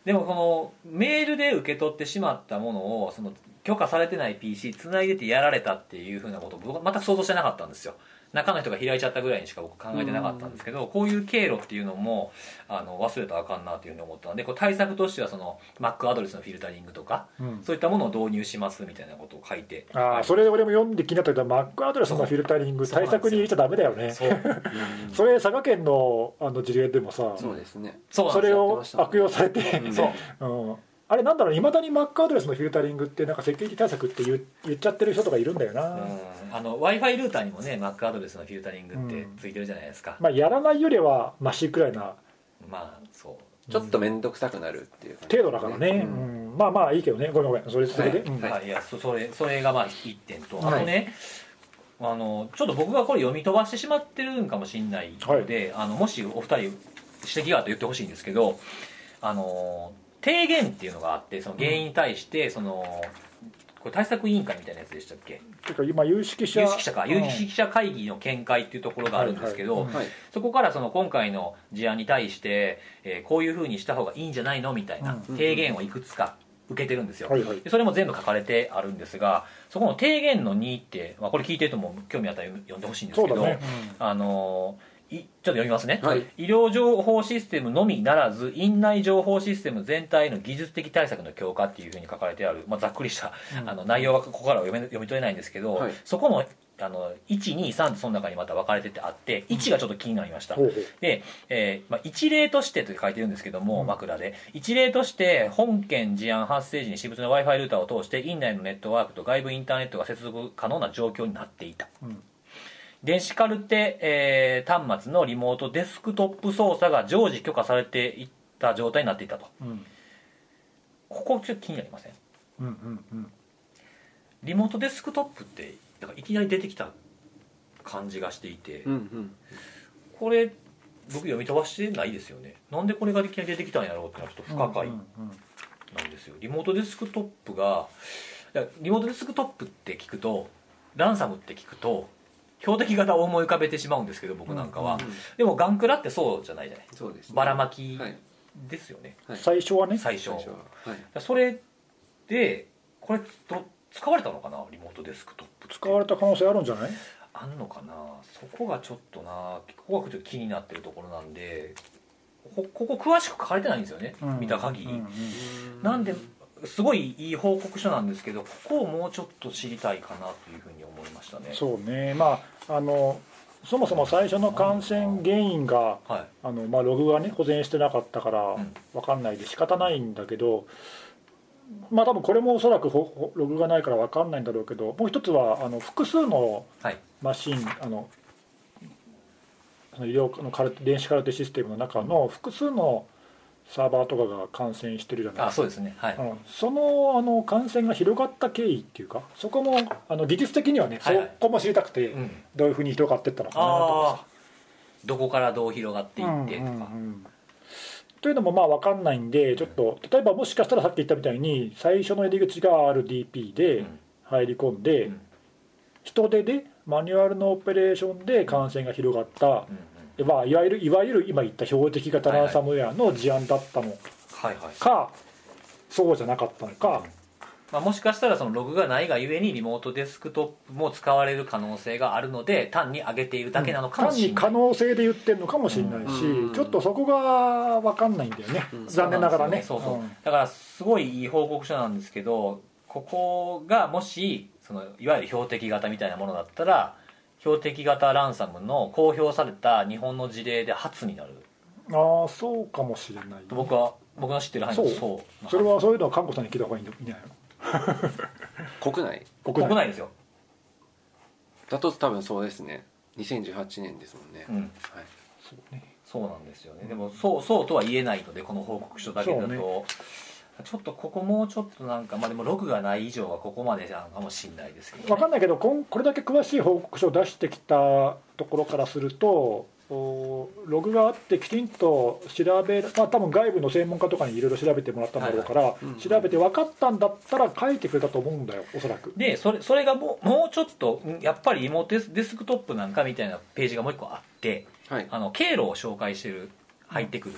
Speaker 1: でもこのメールで受け取ってしまったものをその許可されてない ピーシー つないでてやられたっていうふうなことを僕は全く想像してなかったんですよ。中の人が開いちゃったぐらいにしか僕考えてなかったんですけど、こういう経路っていうのもあの忘れたらあかんなっていうふうに思ったので、こう対策としてはその Mac アドレスのフィルタリングとか、うん、そういったものを導入しますみたいなことを書いて、
Speaker 2: ああそれ俺も読んで気になったけど Mac アドレスのフィルタリング対策に入れちゃダメだよね。そうそれ佐賀県のあの事例でもさ、
Speaker 3: そうですね、
Speaker 2: それを悪用されて、うん、そう、うんあれなんだろう、いまだに Mac アドレスのフィルタリングってなんかセキュリティ対策って言 っ, 言っちゃってる人とかいるんだよな。
Speaker 1: あの Wi-Fi ルーターにもね Mac アドレスのフィルタリングってついてるじゃないですか、
Speaker 2: うんまあ、やらないよりはマシくらいな、
Speaker 1: まあそう
Speaker 3: ちょっと面倒くさくなるっていう、ね、
Speaker 2: 程度だからね、うんうん、まあまあいいけどね、ごめんごめんそれそれで、
Speaker 1: はいはい、いや そ, そ, れそれがまあいってんと、あとね、はい、あのちょっと僕がこれ読み飛ばしてしまってるんかもしれないので、はい、あのもしお二人指摘があると言ってほしいんですけど、あの提言っていうのがあって、その原因に対してそのこれ対策委員会みたいなやつでしたっけ？
Speaker 2: ていうか今有識者
Speaker 1: 有識者か、うん、有識者会議の見解っていうところがあるんですけど、はいはい、そこからその今回の事案に対して、えー、こういうふうにした方がいいんじゃないのみたいな提言をいくつか受けてるんですよ、はいはい、でそれも全部書かれてあるんですが、そこの提言のにって、まあ、これ聞いてるとも興味あったら読んでほしいんですけど、ねうん、あのーちょっと読みますね、はい、医療情報システムのみならず院内情報システム全体への技術的対策の強化っていうふうに書かれてある、まあ、ざっくりした、うん、あの内容はここからは読め読み取れないんですけど、はい、そこのあのいち、に、さんとその中にまた分かれててあって、いちがちょっと気になりました、うん、で、えーまあ、一例としてと書いてるんですけども、うん、枕で一例として本件事案発生時に私物の Wi-Fi ルーターを通して院内のネットワークと外部インターネットが接続可能な状況になっていた、うん電子カルテ、えー、端末のリモートデスクトップ操作が常時許可されていった状態になっていたと、うん、ここちょっと気になりません？うんうんうん、リモートデスクトップってなんかいきなり出てきた感じがしていて、うんうん、これ僕読み飛ばしてないですよね。なんでこれがいきなり出てきたんやろうっていうのはちょっと不可解なんですよ。リモートデスクトップがリモートデスクトップって聞くとランサムって聞くと標的型を思い浮かべてしまうんですけど僕なんかは、うんうんうん、でもガンクラってそうじゃないじゃない、そうですね、ばらまきですよね、
Speaker 2: はい、最初はね
Speaker 1: 最初、最初は、はい、それでこれと使われたのかなリモートデスクトップ
Speaker 2: 使われた可能性あるんじゃない？
Speaker 1: あんのかな。そこがちょっとなここがちょっと気になってるところなんでこ こ, ここ詳しく書かれてないんですよね、うん、見た限り、うんうん、なんですごいいい報告書なんですけどここをもうちょっと知りたいかなというふうに思いましたね。
Speaker 2: そうね、まああのそもそも最初の感染原因が、はい、あのまあ、ログがね保全してなかったから分かんないで仕方ないんだけど、うん、まあ多分これもおそらくログがないから分かんないんだろうけど、もう一つはあの複数のマシン、はい、あの医療のカルテ電子カルテシステムの中の複数のサーバーとかが感染してるじゃないですか。
Speaker 1: あ、そうですね、はい、
Speaker 2: うん、その、あの感染が広がった経緯っていうかそこもあの技術的にはね、はいはい、そこも知りたくて、うん、どういうふうに広がっていったのかなとかさ、
Speaker 1: どこからどう広がっていってとか、うんうんうん、
Speaker 2: というのもまあ分かんないんでちょっと例えばもしかしたらさっき言ったみたいに最初の入り口が アールディーピー で入り込んで、うん、人手でマニュアルのオペレーションで感染が広がった、うんうんまあ、いわゆるいわゆる今言った標的型ランサムウェアの事案だったのか、はいはい、そうじゃなかったのか、うん
Speaker 1: まあ、もしかしたらそのログがないがゆえにリモートデスクトップも使われる可能性があるので単に上げているだけなのかもしれない、
Speaker 2: うん、単に可能性で言ってるのかもしれないし、うん、ちょっとそこが分かんないんだよね、うん、残念ながらね。
Speaker 1: そうそう、うん、だからすごいいい報告書なんですけどここがもしそのいわゆる標的型みたいなものだったら標的型ランサムの公表された日本の事例で初になる。
Speaker 2: ああそうかもしれない、ね、
Speaker 1: 僕は僕の知ってる範囲で
Speaker 2: そう、それはそういうのは看護さんに聞いた方がいいんじゃないの
Speaker 3: 国内
Speaker 1: 国内国内ですよ。
Speaker 3: だと多分そうですねにせんじゅうはちねんですもんね、うんはい、
Speaker 1: そうねそうなんですよね。でもそうそうとは言えないのでこの報告書だけだと、ね、ちょっとここもうちょっとなんかまあでもログがない以上はここまでじゃんかもしれないですけど、ね、
Speaker 2: 分かんないけどこれだけ詳しい報告書を出してきたところからするとログがあってきちんと調べ、まあ、多分外部の専門家とかにいろいろ調べてもらったんだろうから、はいはいうんうん、調べて分かったんだったら書いてくれたと思うんだよおそらく。
Speaker 1: でそれそれがもう、もうちょっとやっぱりリモート デス, デスクトップなんかみたいなページがもう一個あって、はい、あの経路を紹介してる入ってくるね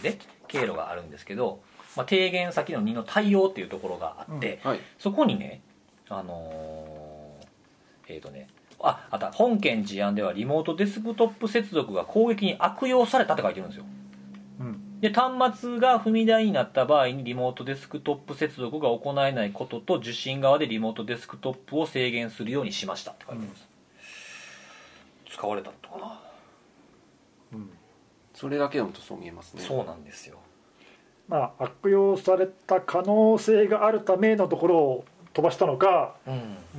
Speaker 1: 経路があるんですけど、まあ、提言先のにの対応っていうところがあって、
Speaker 3: うんはい、
Speaker 1: そこにねあのー、えっ、ー、とねああった本件事案ではリモートデスクトップ接続が攻撃に悪用されたって書いてるんですよ、うん、で端末が踏み台になった場合にリモートデスクトップ接続が行えないことと受信側でリモートデスクトップを制限するようにしましたって書いてます、うん、使われたのかな、
Speaker 3: うん、それだけ読むとそう見えますね。
Speaker 1: そうなんですよ。
Speaker 2: まあ悪用された可能性があるためのところを飛ばしたのか、うん、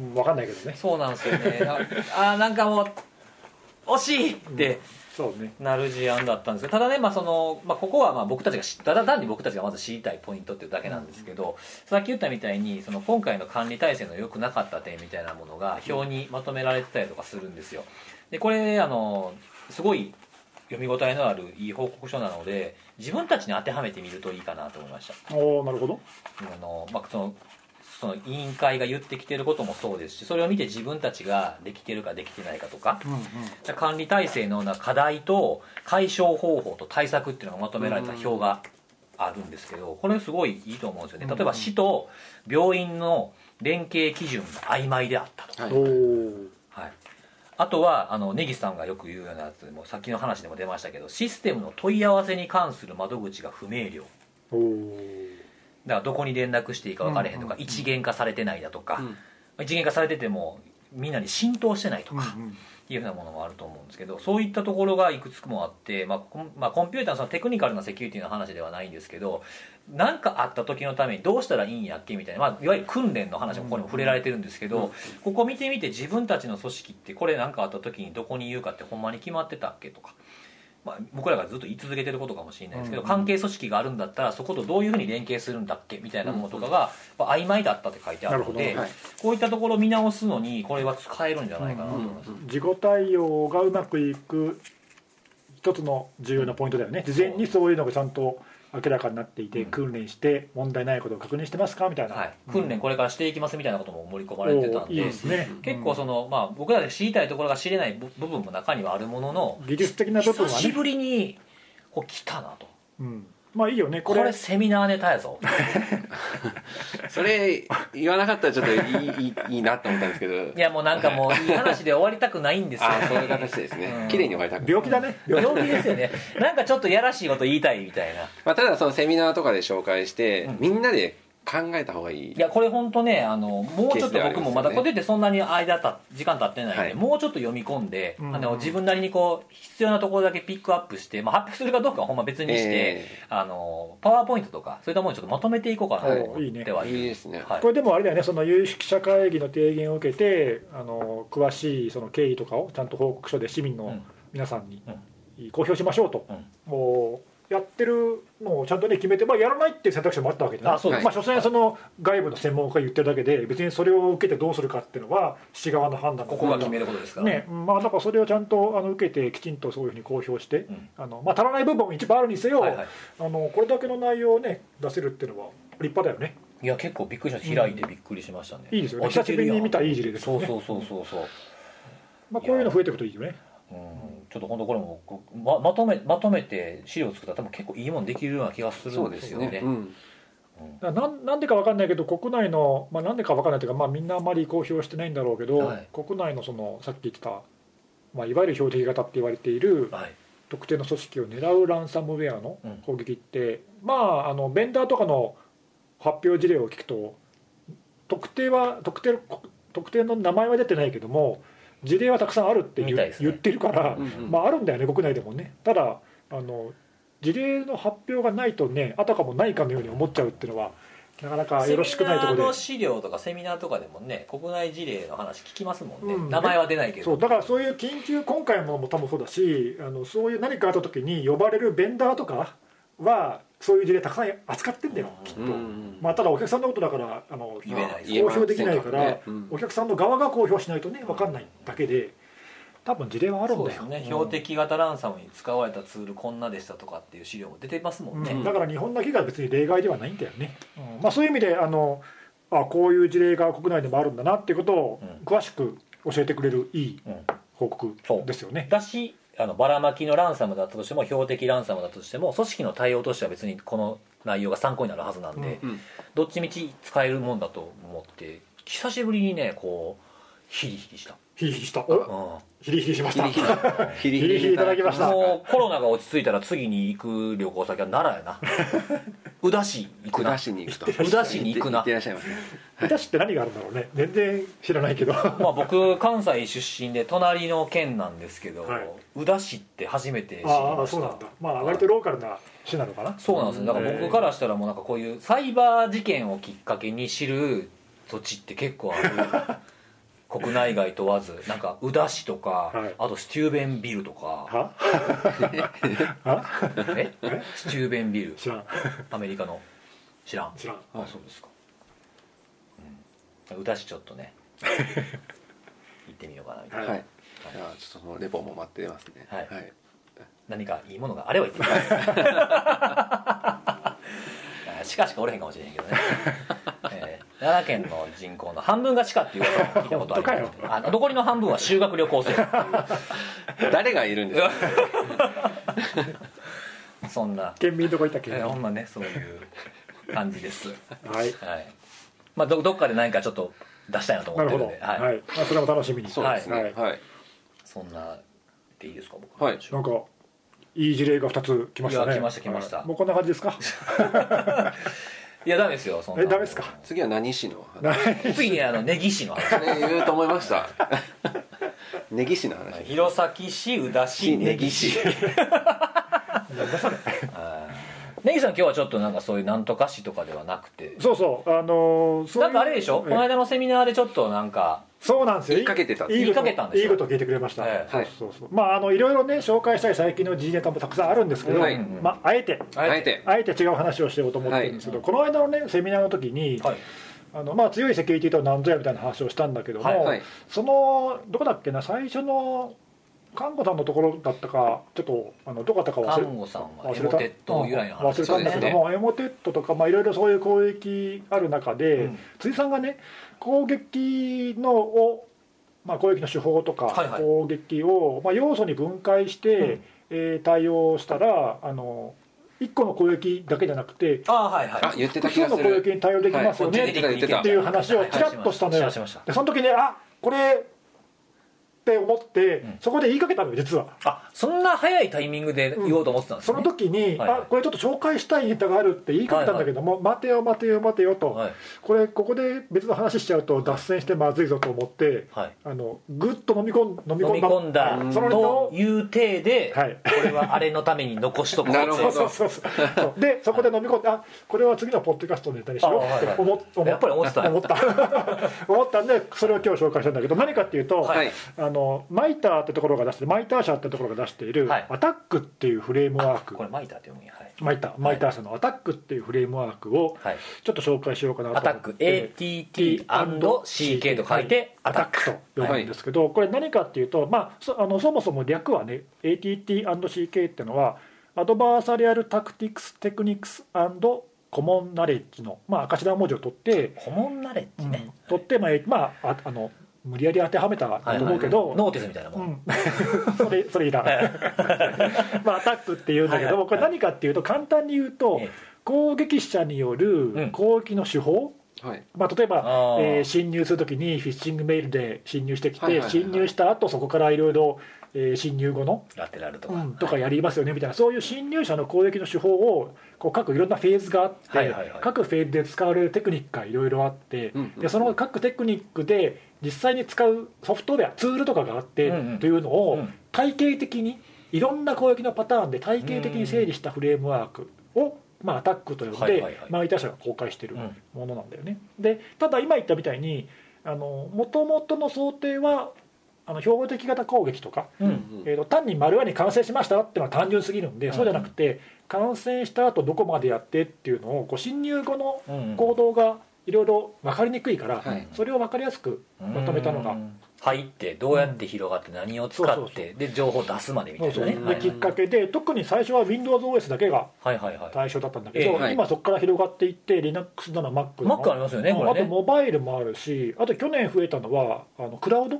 Speaker 2: 分かんないけどね。
Speaker 1: そうなんですよね。あなんかもう惜しいって、
Speaker 2: うんそうね、
Speaker 1: なる事案だったんですけど、ただね、まあそのまあ、ここはまあ僕たちが知ただ単に僕たちがまず知りたいポイントっていうだけなんですけど、うん、さっき言ったみたいにその今回の管理体制の良くなかった点みたいなものが表にまとめられてたりとかするんですよ。でこれあのすごい読み応えのあるいい報告書なので自分たちに当てはめてみるといいかなと思いました。
Speaker 2: おーなるほど。
Speaker 1: あの、まあ、そのその委員会が言ってきてることもそうですし、それを見て自分たちができてるかできてないかとか、うんうん、管理体制のような課題と解消方法と対策っていうのがまとめられた表があるんですけど、これすごいいいと思うんですよね。例えば市と病院の連携基準が曖昧であったとか、はいはい、あとはあの根岸さんがよく言うようなやつもさっきの話でも出ましたけど、システムの問い合わせに関する窓口が不明瞭、だからどこに連絡していいか分からへんとか、うんうんうん、一元化されてないだとか、うん、一元化されててもみんなに浸透してないとか、うんうん、いうふうなものもあると思うんですけど、そういったところがいくつもあって、まあコンまあ、コンピューターのそのテクニカルなセキュリティの話ではないんですけど、何かあった時のためにどうしたらいいんやっけみたいな、まあ、いわゆる訓練の話もここにも触れられてるんですけど、うんうん、ここ見てみて自分たちの組織ってこれ何かあった時にどこに言うかってほんまに決まってたっけとか、まあ、僕らがずっと言い続けてることかもしれないですけど、うんうん、関係組織があるんだったらそことどういうふうに連携するんだっけみたいなものとかが、うんうん、曖昧だったって書いてあるので、はい、こういったところを見直すのにこれは使えるんじゃないかなと思います、うんうん、
Speaker 2: 事後対応がうまくいく一つの重要なポイントだよね。事前にそういうのがちゃんと明らかになっていて、うん、訓練して問題ないことを確認してますかみたいな、
Speaker 1: はい、訓練これからしていきますみたいなことも盛り込まれてたんで、いいですね、結構その、まあ、僕らが知りたいところが知れない部分も中にはあるものの、
Speaker 2: 技術的な部分はね
Speaker 1: 久しぶりにこう来たなと、
Speaker 2: うん、まあいいよね
Speaker 1: これ、これセミナーネタやぞ
Speaker 3: それ言わなかったらちょっといい, い, い, いなと思ったんですけど、
Speaker 1: いやもうなんかもういい話で終わりたくないんですよ
Speaker 3: あそういう形ですね、うん、綺麗に終わりたくない、
Speaker 2: 病気だね
Speaker 1: 病気ですよねなんかちょっとやらしいこと言いたいみたいな、
Speaker 3: まあ、ただそのセミナーとかで紹介して、うん、みんなで考えた方がいい。
Speaker 1: いやこれ本当ねあのもうちょっと僕もまだこれってそんなに間た時間経ってないので、はい、もうちょっと読み込んで、うん、あの自分なりにこう必要なところだけピックアップして、まあ、発表するかどうかはほんま別にして、えー、あのパワーポイントとかそういったものにちょっとまとめていこうかなと思ってはいる。
Speaker 3: いいですね、
Speaker 2: はい、これでもあれだよね、その有識者会議の提言を受けてあの詳しいその経緯とかをちゃんと報告書で市民の皆さんに公表しましょうと、うんうん、もうやってるのをちゃんとね決めて、まあ、やらないっていう選択肢もあったわけで、ね、あそうです、まあ所詮その外部の専門家が言ってるだけで別にそれを受けてどうするかっていうのは市側の判断
Speaker 1: ここが決めることですから
Speaker 2: ね、まあ、だからそれをちゃんとあの受けてきちんとそういうふうに公表して、うん、あのまあ、足らない部分も一番あるにせよ、はいはい、あのこれだけの内容をね出せるっていうのは立派だよね。
Speaker 1: いや結構びっくりした、開いてびっくりしましたね、
Speaker 2: うん、いいですよね、久しぶりに見たいい事例ですよね。
Speaker 1: そうそうそうそう、
Speaker 2: まあ、こういうの増えていくといいよね。
Speaker 1: うん、ちょっと本当これも ま, ま, とめまとめて資料を作ったら多分結構いいものできるような気がするんですよね。そうですよね、
Speaker 2: うん、な, なんでか分かんないけど国内の、まあ、なんでか分かんないというか、まあ、みんなあまり公表してないんだろうけど、はい、国内のそのさっき言ってた、まあ、いわゆる標的型って言われている、はい、特定の組織を狙うランサムウェアの攻撃って、うん、まああのベンダーとかの発表事例を聞くと特定は特定特定の名前は出てないけども事例はたくさんあるって言、ね、言ってるから、うんうん、まあ、あるんだよね国内でもね。ただあの事例の発表がないとねあたかもないかのように思っちゃうっていうのはなかなかよろしくないところで、
Speaker 1: セミナーの資料とかセミナーとかでもね国内事例の話聞きますもんね、うん、名前は出ないけど。
Speaker 2: そうだからそういう緊急今回のものも多分そうだし、あのそういう何かあった時に呼ばれるベンダーとかはそういう事例たくさん扱ってんだよ、きっと、まあ、ただお客さんのことだからあの
Speaker 1: 言えない、
Speaker 2: 公表できないから、ね、うん、お客さんの側が公表しないとね分かんないだけで多分事例はあるんだよ。
Speaker 1: そうですね、標的型ランサムに使われたツールこんなでしたとかっていう資料も出てますもんね、
Speaker 2: うん、だから日本だけが別に例外ではないんだよね、うん、まあ、そういう意味であのあこういう事例が国内でもあるんだなっていうことを詳しく教えてくれるいい報告ですよね、
Speaker 1: うん、だしあのばらまきのランサムだったとしても標的ランサムだったとしても組織の対応としては別にこの内容が参考になるはずなんで、
Speaker 3: うん
Speaker 1: どっちみち使えるもんだと思って久しぶりにねこうヒリヒリした
Speaker 2: ヒリヒリした
Speaker 1: う
Speaker 2: お
Speaker 1: ん
Speaker 2: ヒリヒリしました
Speaker 3: ヒリヒリヒリ
Speaker 2: ヒリヒリいただきました
Speaker 1: もうコロナが落ち着いたら次に行く旅行先は奈良やな宇陀市行くな
Speaker 3: 宇陀市に行くと
Speaker 1: 宇陀市に行くな
Speaker 3: 行ってらっしゃいますね。
Speaker 2: 宇陀市って何があるんだろうね全然知らないけど
Speaker 1: まあ僕関西出身で隣の県なんですけど、
Speaker 2: はい、
Speaker 1: 宇陀市って初めて知りました。
Speaker 2: ああそうなんだまあ割とローカルな市なのかな。
Speaker 1: そうなんですね。だから僕からしたらもうなんかこういうサイバー事件をきっかけに知る土地って結構ある国内外問わずなんか宇陀市とか、
Speaker 2: はい、
Speaker 1: あとステューベンビルとか
Speaker 2: はは
Speaker 1: えスチューベンビル
Speaker 2: 知らん
Speaker 1: アメリカの知らん
Speaker 2: 知らん
Speaker 1: あそうですか、うん、宇陀市ちょっとね行ってみようかなみたいな、
Speaker 3: はい、じゃあちょっとそのレポも待ってますね。
Speaker 1: はい、
Speaker 3: はい、
Speaker 1: 何かいいものがあれば言ってみますしかしかおれへんかもしれへんけどね、えー、奈良県の人口の半分が鹿っていう噂を聞いたことありますのであの残りの半分は修学旅行生
Speaker 3: 誰がいるんですか
Speaker 1: そんな
Speaker 2: 県民どこ行ったっけ、
Speaker 1: えー、ほんまねそういう感じです
Speaker 2: はい、
Speaker 1: はいまあ、ど, どっかで何かちょっと出したいなと思ってるんで、
Speaker 2: はいはいまあ、それも楽しみに
Speaker 3: そうですね、はいはい、
Speaker 1: そんなでいいですか僕、
Speaker 3: はい、
Speaker 2: なんかいい事例がふたつ来ましたね。
Speaker 1: いや来ました来ました、
Speaker 2: はい、もうこんな感じですか
Speaker 1: いやダメですよそんな
Speaker 2: えダメですか
Speaker 3: 次は何市の話
Speaker 1: 次にあの根岸の話
Speaker 3: ね言うと思いました根岸の話
Speaker 1: 弘前市宇陀市根岸
Speaker 2: なんだそれ
Speaker 1: 根岸さん今日はちょっとなんかそういうなんとか市とかではなくて
Speaker 2: そうそうあのー、そういう
Speaker 1: なんかあれでしょこの間のセミナーでちょっとなんか
Speaker 2: そうなんですよ
Speaker 3: 言いかけてた
Speaker 1: 言いかけたんでしょ
Speaker 2: いいこと聞いてくれました、
Speaker 1: ええ、
Speaker 2: はい、そうそうそうまああのいろいろね紹介したい最近の時事ネタもたくさんあるんですけど、
Speaker 3: はい
Speaker 2: まああえて
Speaker 3: あえて
Speaker 2: あえて違う話をしようと思ってるんですけど、はい、この間のねセミナーの時に、はいあのまあ、強いセキュリティとは何ぞやみたいな話をしたんだけども、はいはい、そのどこだっけな最初の看護さんのところだったかちょっとあのどこだったか忘れ
Speaker 1: 看護さんはエモテット由来の話
Speaker 2: 忘れたんだけども、ね、エモテットとかまあいろいろそういう攻撃ある中で、うん、辻さんがね攻撃のを、まあ、攻撃の手法とか、はいはい、攻撃を、まあ、要素に分解して、うんえー、対応したらあのいっこの攻撃だけじゃなくて
Speaker 1: あ、はいはい、
Speaker 3: あ言ってた気がする
Speaker 2: 複数の攻撃に対応できますよね、はい、っていう話をちらっとしたのよ。でその時ねあこれって思って、うん、そこで言いかけたのよ実は。
Speaker 1: あそんな早いタイミングで言おうと思ってたんですね、
Speaker 2: うん、その時に、はいはい、あこれちょっと紹介したいネタがあるって言いかけたんだけども、はいはい、待てよ待てよ待てよと、はい、これここで別の話しちゃうと脱線してまずいぞと思って、はい、あのぐっと飲み込ん飲み込んだ、
Speaker 1: 飲み込んだそのという体で、はい、これはあれのために残しとこう
Speaker 3: なるほど
Speaker 2: そうそうそうそうでそこで飲み込んであこれは次のポッドキャストのネタにしようって思っ、はいはい、
Speaker 1: やっぱり思ってた
Speaker 2: 思った思ったんでそれを今日紹介したんだけど何かっていうと、はい、あのマイターってところが出してマイター社ってところが出している、はい、アタックっていうフレームワーク
Speaker 1: これマイターって読むんや、はい、
Speaker 2: マイターマイター社のアタックっていうフレームワークをちょっと紹介しようかなと思って、
Speaker 1: アタック エーティーティーシーケー と書いて
Speaker 2: アタックと呼ぶんですけど、はい、これ何かっていうと、まあ、そ, あのそもそも略はね エーティーティーシーケー っていうのはアドバーサリアルタクティクステクニクスコモンナレッジの、まあ、頭文字を取って
Speaker 1: コモンナレッジね、
Speaker 2: うん、取って、まあまあ、ああの無理やり当てはめたと思うけど、はいはいはい、
Speaker 1: ノーティスみたいなもん、
Speaker 2: うん、それそれいらんまあアタックっていうんだけど、はいはいはい、これ何かっていうと簡単に言うと、ええ、攻撃者による攻撃の手法、うんはいまあ、例えば、えー、侵入するときにフィッシングメールで侵入してきて、はいはいはいはい、侵入した後そこからいろいろ侵入後の
Speaker 1: ラテラルとか、
Speaker 2: うん、とかやりますよねみたいな、そういう侵入者の攻撃の手法をこう各いろんなフェーズがあって、はいはいはい、各フェーズで使われるテクニックがいろいろあって、うんうんうん、でその各テクニックで実際に使うソフトウェアツールとかがあって、うんうん、というのを体系的にいろんな攻撃のパターンで体系的に整理したフレームワークを、まあ、アタックと呼んで、はいはいはい、マイター社が公開しているものなんだよね、うん、でただ今言ったみたいにもともとの想定はあの標的型攻撃とか、うんうんえー、と単に丸に感染しましたっていうのは単純すぎるんで、うんうん、そうじゃなくて感染した後どこまでやってっていうのをこう侵入後の行動がいろいろ分かりにくいから、うんうん、それを分かりやすくまとめたのが、
Speaker 1: 入ってどうやって広がって何を使って、うん、そうそうそうで情報を出すまでみたいなね、そうそう
Speaker 2: できっかけで特に最初は ウィンドウズオーエス だけが対象だったんだけど、はいはいはい、今そこから広がっていって Linux だの Mac だの
Speaker 1: Mac ありますよね、これね。
Speaker 2: あとモバイルもあるし、あと去年増えたのはあのクラウド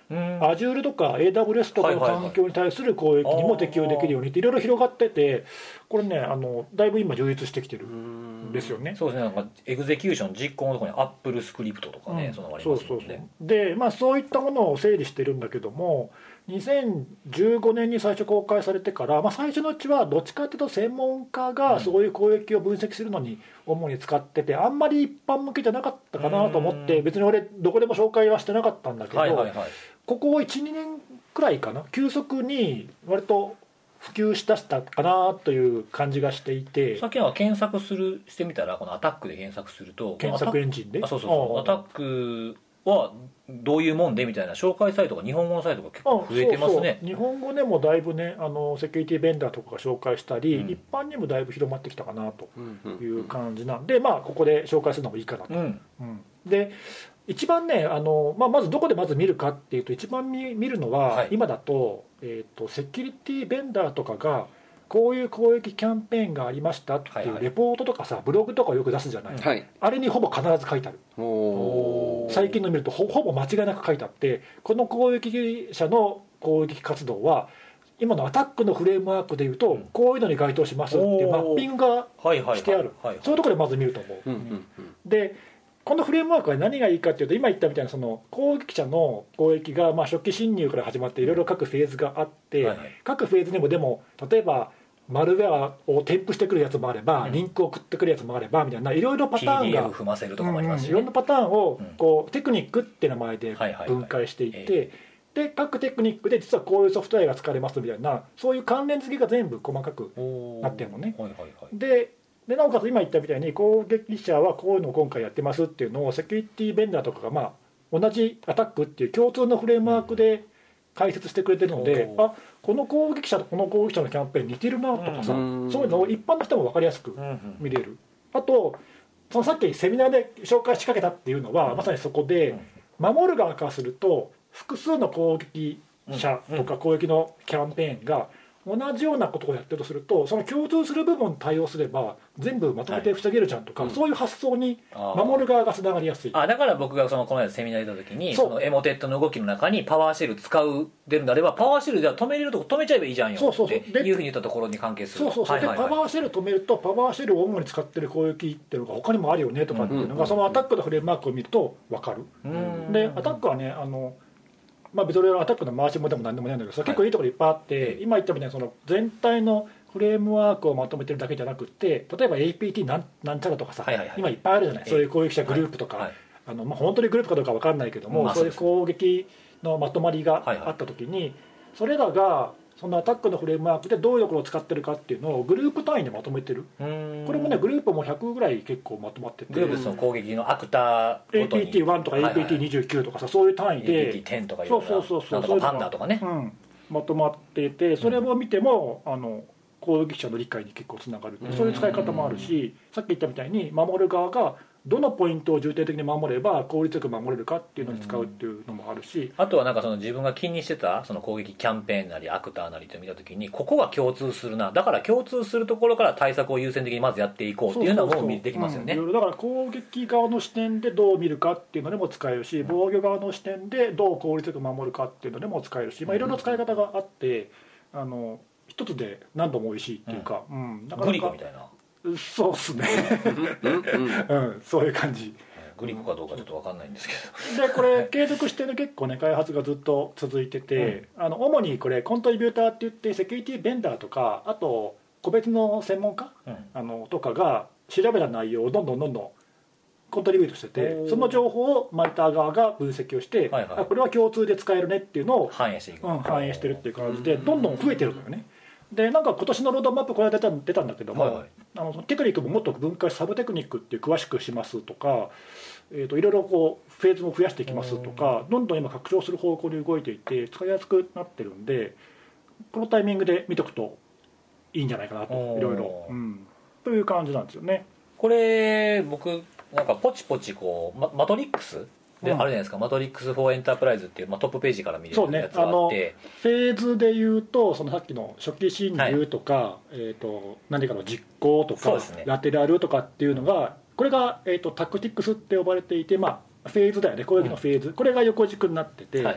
Speaker 1: うん、
Speaker 2: Azure とか エーダブリューエス とかの環境に対する攻撃にも適用できるようにっていろいろ広がってて、これねあのだいぶ今充実してきてるんですよね。
Speaker 1: そうですね、なんかエグゼキューション実行のところに Apple スクリプトとかね、うん、そのありますもんね。そうそうそう
Speaker 2: で、まあ、そういったものを整理してるんだけども、にせんじゅうごねんに最初公開されてから、まあ、最初のうちはどっちかというと専門家がそういう攻撃を分析するのに主に使ってて、あんまり一般向けじゃなかったかなと思って、別に俺どこでも紹介はしてなかったんだけど、
Speaker 1: はいはいはい、
Speaker 2: ここいちにねんくらいかな、急速に割と普及しだしたかなという感じがしていて、
Speaker 1: さっきは検索するしてみたら、このアタックで検索すると、
Speaker 2: 検索エンジンで、
Speaker 1: あそうそうそう、アタックはどういうもんでみたいな紹介サイトが日本語のサイトが結構増えてますね。そうそう、
Speaker 2: 日本語でもだいぶね、あのセキュリティベンダーとかが紹介したり、うん、一般にもだいぶ広まってきたかなという感じなんで、うんうんうん、まあここで紹介するのもいいかなと、うんうん、で一番ねあの、まあ、まずどこでまず見るかっていうと、一番 見, 見るのは、はい、今だと、えーとセキュリティベンダーとかがこういう攻撃キャンペーンがありましたっていうレポートとかさ、ブログとかよく出すじゃない、はい、あれにほぼ必ず書いてある。最近の見ると ほ, ほぼ間違いなく書いてあって、この攻撃者の攻撃活動は今のアタックのフレームワークでいうとこういうのに該当しますっていうマッピングがしてある、そういうところでまず見ると思う、うんうんうん、でこのフレームワークは何がいいかっていうと、今言ったみたいなその攻撃者の攻撃がまあ初期侵入から始まっていろいろ各フェーズがあって、はいはい、各フェーズにもでも例えばマルウェアを添付してくるやつもあれば、うん、リンクを送ってくるやつもあればみたいないろいろパターンが
Speaker 1: ピーディーエフ 踏ませるとかもありますし、ね、
Speaker 2: いろんなパターンをこうテクニックって名前で分解していって、はいはいはい、で各テクニックで実はこういうソフトウェアが使われますみたいな、そういう関連付けが全部細かくなってるのね、はいはいはい、で, でなおかつ今言ったみたいに攻撃者はこういうのを今回やってますっていうのをセキュリティベンダーとかがまあ同じアタックっていう共通のフレームワークで解説してくれてるので、あこの攻撃者とこの攻撃者のキャンペーン似てるなとかさ、うん、そういうのを一般の人も分かりやすく見れる、うん、あとそのさっきセミナーで紹介しかけたっていうのは、うん、まさにそこで、うん、守る側からすると複数の攻撃者とか攻撃のキャンペーンが同じようなことをやってるとすると、その共通する部分に対応すれば全部まとめて防げるじゃんとか、はい、そういう発想に守る側がつながりやすい。
Speaker 1: あだから僕がそのこの間セミナーで行った時に、そのエモテットの動きの中にパワーシェル使う出るんであれば、パワーシェルでは止めれるとこ止めちゃえばいいじゃんよっていうふうに言ったところに関係する。
Speaker 2: そうそうそう、はいはいはい、でパワーシェル止めると、パワーシェルを主に使ってる攻撃っていうのが他にもあるよねとかっていうのが、そのアタックのフレームワークを見ると分かる。でアタックはね、あのまあ、別にアタックの回しもでも何でもないんだけど、はい、結構いいところいっぱいあって、はい、今言ったみたいにその全体のフレームワークをまとめてるだけじゃなくて、例えば エーピーティー なん、なんちゃらとかさ、はいはいはい、今いっぱいあるじゃない、そういう攻撃者グループとか、はいはい、あのまあ、本当にグループかどうか分かんないけども、まあ、そういう攻撃のまとまりがあった時に、はいはい、それらがそのアタックのフレームワークでどういうところを使ってるかっていうのをグループ単位でまとめてる。これもねグループもひゃくぐらい結構まとまってて、
Speaker 1: グループの攻撃のアクターごとに
Speaker 2: エーピーティーワン とか エーピーティーにじゅうきゅう とかさ、はいはい、そういう単位で
Speaker 1: エーピーティーテン とかいうような、そうそうそうそう、パンダとかね、
Speaker 2: うん、まとまっていて、それを見ても、うん、あの攻撃者の理解に結構つながる、そういう使い方もあるし、さっき言ったみたいに守る側がどのポイントを重点的に守れば効率よく守れるかっていうのに使うっていうのもあるし、
Speaker 1: あとはなんかその自分が気にしてたその攻撃キャンペーンなりアクターなりと見た時に、ここが共通するな、だから共通するところから対策を優先的にまずやっていこうっていうのも見てきますよね。
Speaker 2: そうそうそう、うん、だから攻撃側の視点でどう見るかっていうのでも使えるし、防御側の視点でどう効率よく守るかっていうのでも使えるし、まあ、いろんな使い方があって、あの一つで何度も美味しいっていうか、うんうん、だから
Speaker 1: グリコみたいな、
Speaker 2: そうっすねうん、そういう感じ。
Speaker 1: グリコかどうかちょっと分かんないんですけど
Speaker 2: でこれ継続してる結構ね開発がずっと続いてて、うん、あの主にこれコントリビューターって言ってセキュリティベンダーとか、あと個別の専門家、うん、あのとかが調べた内容をどんどんどんどんコントリビュートしてて、その情報をマイター側が分析をして、はいはい、これは共通で使えるねっていうのを
Speaker 1: 反映していく、
Speaker 2: うん、反映してるっていう感じでどんどん増えてるのよね。でなんか今年のロードマップこれ出た出たんだけども、はいはい、あのテクニックももっと分解サブテクニックっていう詳しくしますとか、えー、といろいろこうフェーズも増やしていきますとか、どんどん今拡張する方向に動いていて使いやすくなってるんで、このタイミングで見とくといいんじゃないかなと、いろいろ、うん、という感じなんですよね。
Speaker 1: これ僕なんかポチポチこう マ, マトリックスであるじゃないですか、うん、マトリックス・フォー・エンタープライズっていう、まあ、トップページから見れるやつがあって、そうね、あの
Speaker 2: フェーズでいうとそのさっきの初期侵入とか、はい、えー、と何かの実行とか、ね、ラテラルとかっていうのがこれが、えー、とタクティクスって呼ばれていて、まあ、フェーズだよね、攻撃のフェーズ、うん、これが横軸になってて、はい、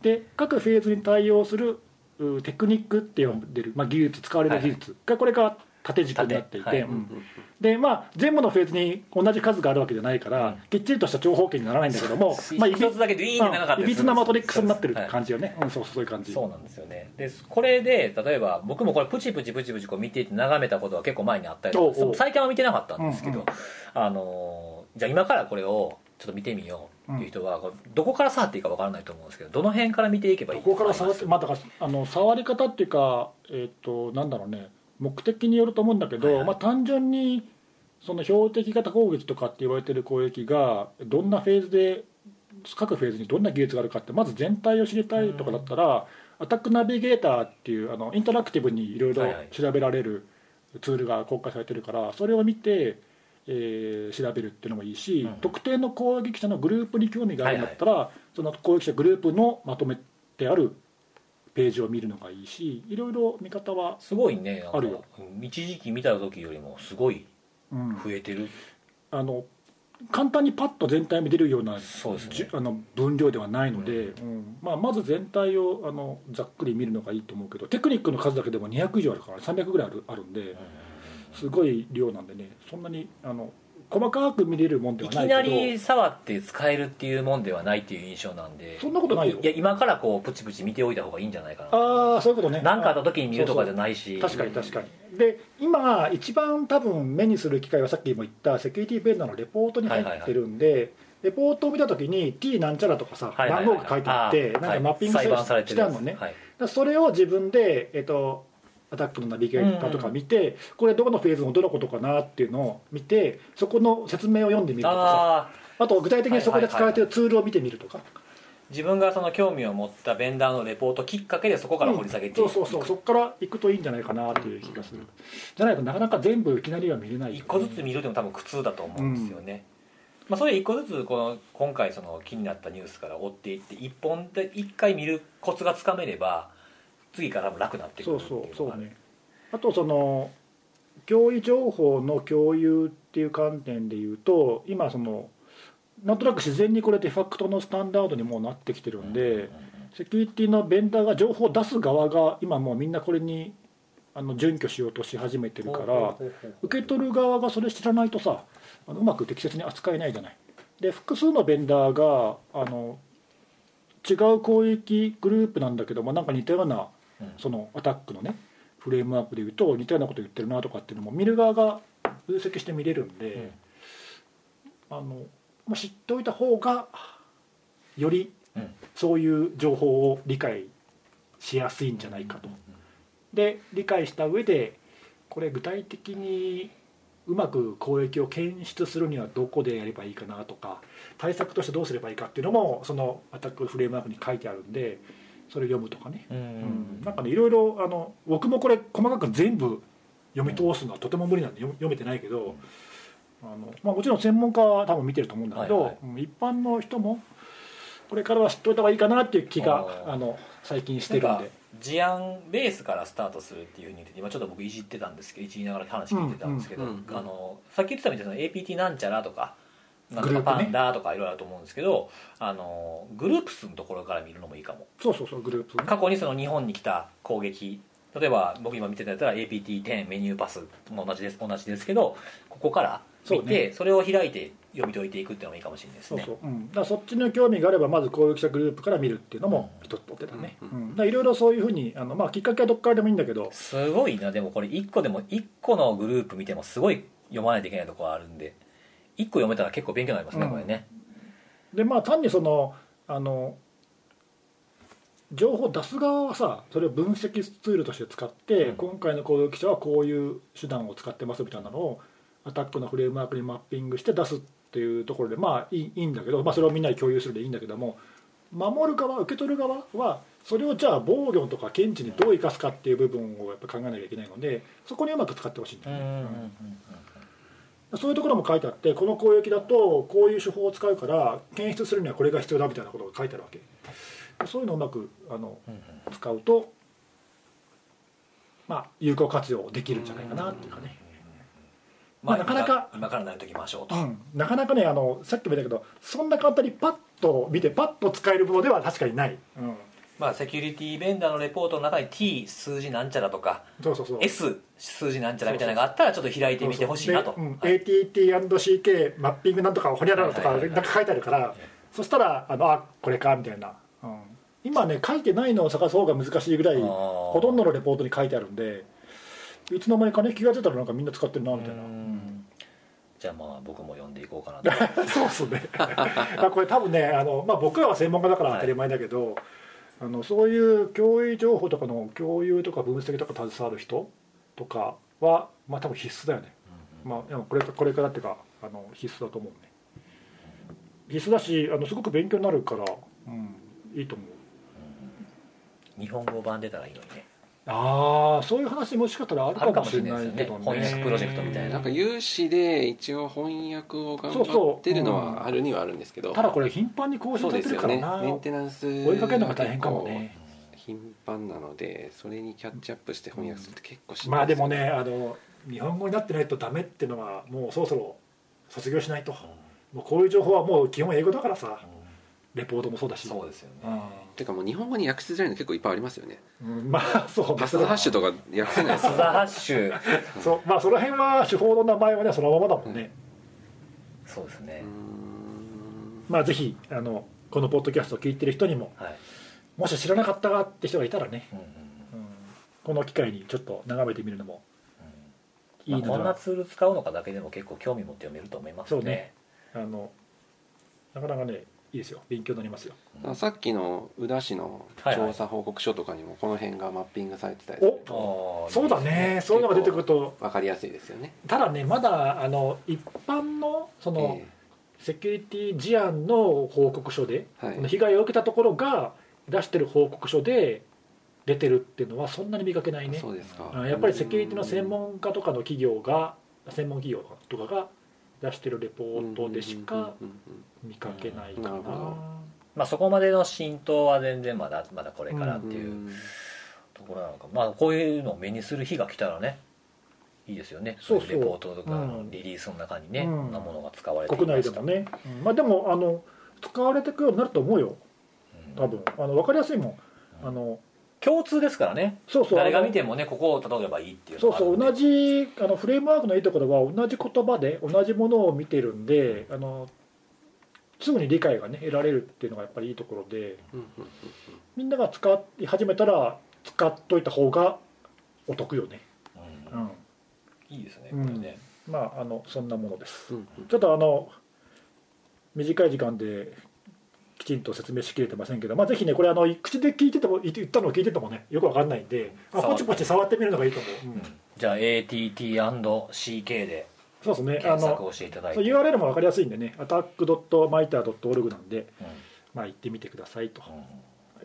Speaker 2: で各フェーズに対応するテクニックって呼んでる、まあ、技術使われる技術がこれが縦軸になっていて、はいはい、うん、でまあ、全部のフェーズに同じ数があるわけじゃないから、うん、きっちりとした長方形にならないんだけども、まあ、
Speaker 1: 一つだけでいいんじゃなかった
Speaker 2: いびつなマトリックスになってる感じよね、はい、うん、そうそういう感じ。
Speaker 1: そうなんですよね。でこれで例えば僕もこれプチプチプチプチこう見ていて眺めたことは結構前にあったりとか、最近は見てなかったんですけど、うんうん、あのじゃあ今からこれをちょっと見てみようっていう人は、うん、どこから触っていいか分からないと思うんですけど、どの辺から見ていけばいい
Speaker 2: どこから触って、まあ、だからあの触り方っていうか、えー、となんだろうね、目的によると思うんだけど、はいはい、まあ、単純にその標的型攻撃とかって言われてる攻撃がどんなフェーズで各フェーズにどんな技術があるかってまず全体を知りたいとかだったら、うん、アタックナビゲーターっていうあのインタラクティブにいろいろ調べられるツールが公開されてるから、それを見て、えー、調べるっていうのもいいし、うん、特定の攻撃者のグループに興味があるんだったら、はいはい、その攻撃者グループのまとめてあるページを見るのがいいし、いろいろ見方は
Speaker 1: すごいね、あるよ。一時期見た時よりもすごい増えてる、
Speaker 2: うん、あの簡単にパッと全体見れるような
Speaker 1: そうですね、
Speaker 2: あの分量ではないので、うんうん、まあ、まず全体をあのざっくり見るのがいいと思うけど、テクニックの数だけでもにひゃく以上あるからさんびゃくぐらいある、あるんで、すごい量なんでね、そんなにあの細かく見れるもんではないけど、
Speaker 1: いきなり触って使えるっていうもんではないっていう印象なんで、
Speaker 2: そんなことないよ。
Speaker 1: いや今からこうプチプチ見ておいた方がいいんじゃないかな。
Speaker 2: ああ、そういうことね。
Speaker 1: 何かあった時に見るとかじゃないし。
Speaker 2: そうそう、確かに確かに。で今一番多分目にする機会はさっきも言ったセキュリティベンダーのレポートに入ってるんで、はいはいはい、レポートを見た時に T なんちゃらとかさ、はいはいはい、番号が書いてあってなんかマッピングしてあるのね、はい、だそれを自分で、えっとアタックのナビゲーターとか見て、うんうん、これどこのフェーズのどのことかなっていうのを見て、そこの説明を読んでみるとかさ、 あ, あと具体的にそこで使われてるツールを見てみるとか、はいはいはい、
Speaker 1: 自分がその興味を持ったベンダーのレポートきっかけでそこから掘り下げていく、
Speaker 2: うん、そうそうそう、そこから行くといいんじゃないかなという気がする。じゃないとなかなか全部いきなりは見れない、ね、
Speaker 1: 一個ずつ見るでも多分苦痛だと思うんですよね、うん、まあ、それ一個ずつこの今回その気になったニュースから追っていって一本で一回見るコツがつかめれば次から多分楽になってくるっていうのが、
Speaker 2: そうそうそうね。あとその脅威情報の共有っていう観点でいうと、今そのなんとなく自然にこれデファクトのスタンダードにもうなってきてるんで、セキュリティのベンダーが情報を出す側が今もうみんなこれにあの準拠しようとし始めてるから、受け取る側がそれ知らないとさ、あのうまく適切に扱えないじゃない。で複数のベンダーがあの違う攻撃グループなんだけども、なんか似たようなそのアタックのねフレームワークでいうと似たようなこと言ってるなとかっていうのも見る側が分析して見れるんで、うん、あのまあ、知っておいた方がよりそういう情報を理解しやすいんじゃないかと。で理解した上でこれ具体的にうまく攻撃を検出するにはどこでやればいいかなとか、対策としてどうすればいいかっていうのもそのアタックフレームワークに書いてあるんで、それを読むとかね、うんうん、なんかねいろいろあの僕もこれ細かく全部読み通すのはとても無理なんで読めてないけど、あの、まあ、もちろん専門家は多分見てると思うんだけど、はいはい、一般の人もこれからは知っておいた方がいいかなっていう気があの最近してるんで、
Speaker 1: 事案ベースからスタートするっていうふうに言ってて、今ちょっと僕いじってたんですけどいじりながら話聞いてたんですけど、うんうんうん、あのさっき言ってたみたいな エーピーティー なんちゃらとかなんとかパンダとかいろいろあると思うんですけど、あのグループ数のところから見るのもいいかも。
Speaker 2: そうそうそう、グループ、ね、
Speaker 1: 過去にその日本に来た攻撃、例えば僕今見てたやったら エーピーティーテン メニューパスも同じです同じですけど、ここから見て そ,、ね、それを開いて読み解いていくっていうのもいいかもしれないですね。
Speaker 2: そうそう、うん、だからそっちの興味があればまず攻撃者グループから見るっていうのも一つとってたね。いろいろそういうふうにあの、まあ、きっかけはどっからでもいいんだけど、
Speaker 1: すごいな。でもこれいっこでもいっこのグループ見てもすごい読まないといけないところがあるんで、いっこ読めたら結構勉強になりますね、うん、これね。
Speaker 2: でまあ単にそのあの情報を出す側はさ、それを分析ツールとして使って、うん、今回の攻撃者はこういう手段を使ってますみたいなのをアタックのフレームワークにマッピングして出すっていうところでまあいい、いいんだけど、まあ、それをみんなに共有するでいいんだけども、守る側受け取る側はそれをじゃあ防御とか検知にどう生かすかっていう部分をやっぱ考えなきゃいけないので、そこにうまく使ってほしいんだよね。そういうところも書いてあって、この攻撃だとこういう手法を使うから検出するにはこれが必要だみたいなことが書いてあるわけ。そういうのをうまくあの使うと、まあ、有効活用できるんじゃないかなっていうかね。まあ、なかなか
Speaker 1: 今から慣れておきましょうと、
Speaker 2: うん、なかなかねあのさっきも言ったけどそんな簡単にパッと見てパッと使えるものでは確かにない、うん、
Speaker 1: まあ、セキュリティベンダーのレポートの中に T 数字なんちゃらとか
Speaker 2: そうそうそう
Speaker 1: S 数字なんちゃらみたいなのがあったらちょっと開いてみてほしいなと。
Speaker 2: そうそうで、うんはい、エーティーティーアンドシーケー マッピングなんとかホニャララとかなんか書いてあるから、はいはいはいはい、そしたらあのあこれかみたいな、うん、今ね書いてないのを探す方が難しいぐらいほとんどのレポートに書いてあるんで、いつの間にかね気が付いたらなんかみんな使ってるなみたいな。
Speaker 1: じゃあまあ僕も読んでいこうかなと
Speaker 2: そうっすねこれ多分ねあの、まあ、僕らは専門家だから当たり前だけど、はい、あのそういう脅威情報とかの共有とか分析とか携わる人とかは、まあ、多分必須だよね、うんうん、まあ、これこれからっていうかあの必須だと思うね、うん、必須だしあのすごく勉強になるから、うん、いいと思う、
Speaker 1: うん、日本語版出たらいいのにね。
Speaker 2: ああそういう話もしかしたらあるかもしれないけどね、
Speaker 1: 翻訳プロジェクトみたいな、
Speaker 3: なんか有志で一応翻訳を頑張ってるのはあるにはあるんですけど、
Speaker 2: ただこれ頻繁に更新されてるからな、
Speaker 3: ね、メンテナンス
Speaker 2: 追いかけるのが大変かもね、
Speaker 3: 頻繁なのでそれにキャッチアップして翻訳するって結構しんどいです、
Speaker 2: ね、まあでもねあの日本語になってないとダメっていうのはもうそろそろ卒業しないと、もうこういう情報はもう基本英語だからさ、レポートもそうだし。
Speaker 1: そうですよね、
Speaker 2: うん、
Speaker 3: てかもう日本語に訳しづらいの結構いっぱいありますよね、
Speaker 2: うん、まあそう
Speaker 3: マスザハッシュとか訳せない
Speaker 1: マスザハッシュ
Speaker 2: そう、まあその辺は手法の名前はねそのままだもんね、
Speaker 1: うん、そうですね。
Speaker 2: まあぜひあのこのポッドキャストを聞いてる人にも、はい、もし知らなかったかって人がいたらね、うんうんうん、この機会にちょっと眺めてみるのもいいのでは、
Speaker 1: まあ、こんなツール使うのかだけでも結構興味持って読めると思いますね。
Speaker 2: そうね、あのなかなかねいいですよ、勉強になりますよ。
Speaker 3: さっきの宇田市の調査報告書とかにもこの辺がマッピングされてたりすると、
Speaker 2: おそうだね、そういうのが出てくると
Speaker 3: 分かりやすいですよね。
Speaker 2: ただねまだあの一般のその、えー、セキュリティ事案の報告書で、はい、被害を受けたところが出してる報告書で出てるっていうのはそんなに見かけないね。
Speaker 3: そうですか。
Speaker 2: やっぱりセキュリティの専門家とかの企業が専門企業とかが出してるレポートでしか見かけないかな。
Speaker 1: まあそこまでの浸透は全然まだまだこれからっていうところなのか。まあこういうのを目にする日が来たらねいいですよね。そういうレポートとかのリリースの中にね、うん、こんなものが使われていました。
Speaker 2: 国内でもね、うん、まあでもあの使われていくようになると思うよ。多分あの分かりやすいもん。あの
Speaker 1: 共通ですからね。そうそう、誰が見てもねここを叩けばいいっていうのがあるんで。
Speaker 2: そうそう、同じあのフレームワークのいいところは同じ言葉で同じものを見てるんで、あのすぐに理解がね得られるっていうのがやっぱりいいところで、みんなが使い始めたら使っといた方がお得よね。
Speaker 1: うんうん、いいですねこれね。
Speaker 2: うん、まああのそんなものです。うんうん、ちょっとあの短い時間できちんと説明しきれてませんけど、まあ、ぜひねこれあの口で聞いてても言ったのを聞いててもねよくわかんないんで、あポチポチ触ってみるのがいいと思う。うん、
Speaker 1: じゃあ エーティーティーアンドシーケー で
Speaker 2: そうですね、
Speaker 1: 検索をしていただいて、
Speaker 2: ユーアールエル もわかりやすいんでね アタックドットマイタードットオールグ なんで、うん、まあ行ってみてくださいと。うん、はい、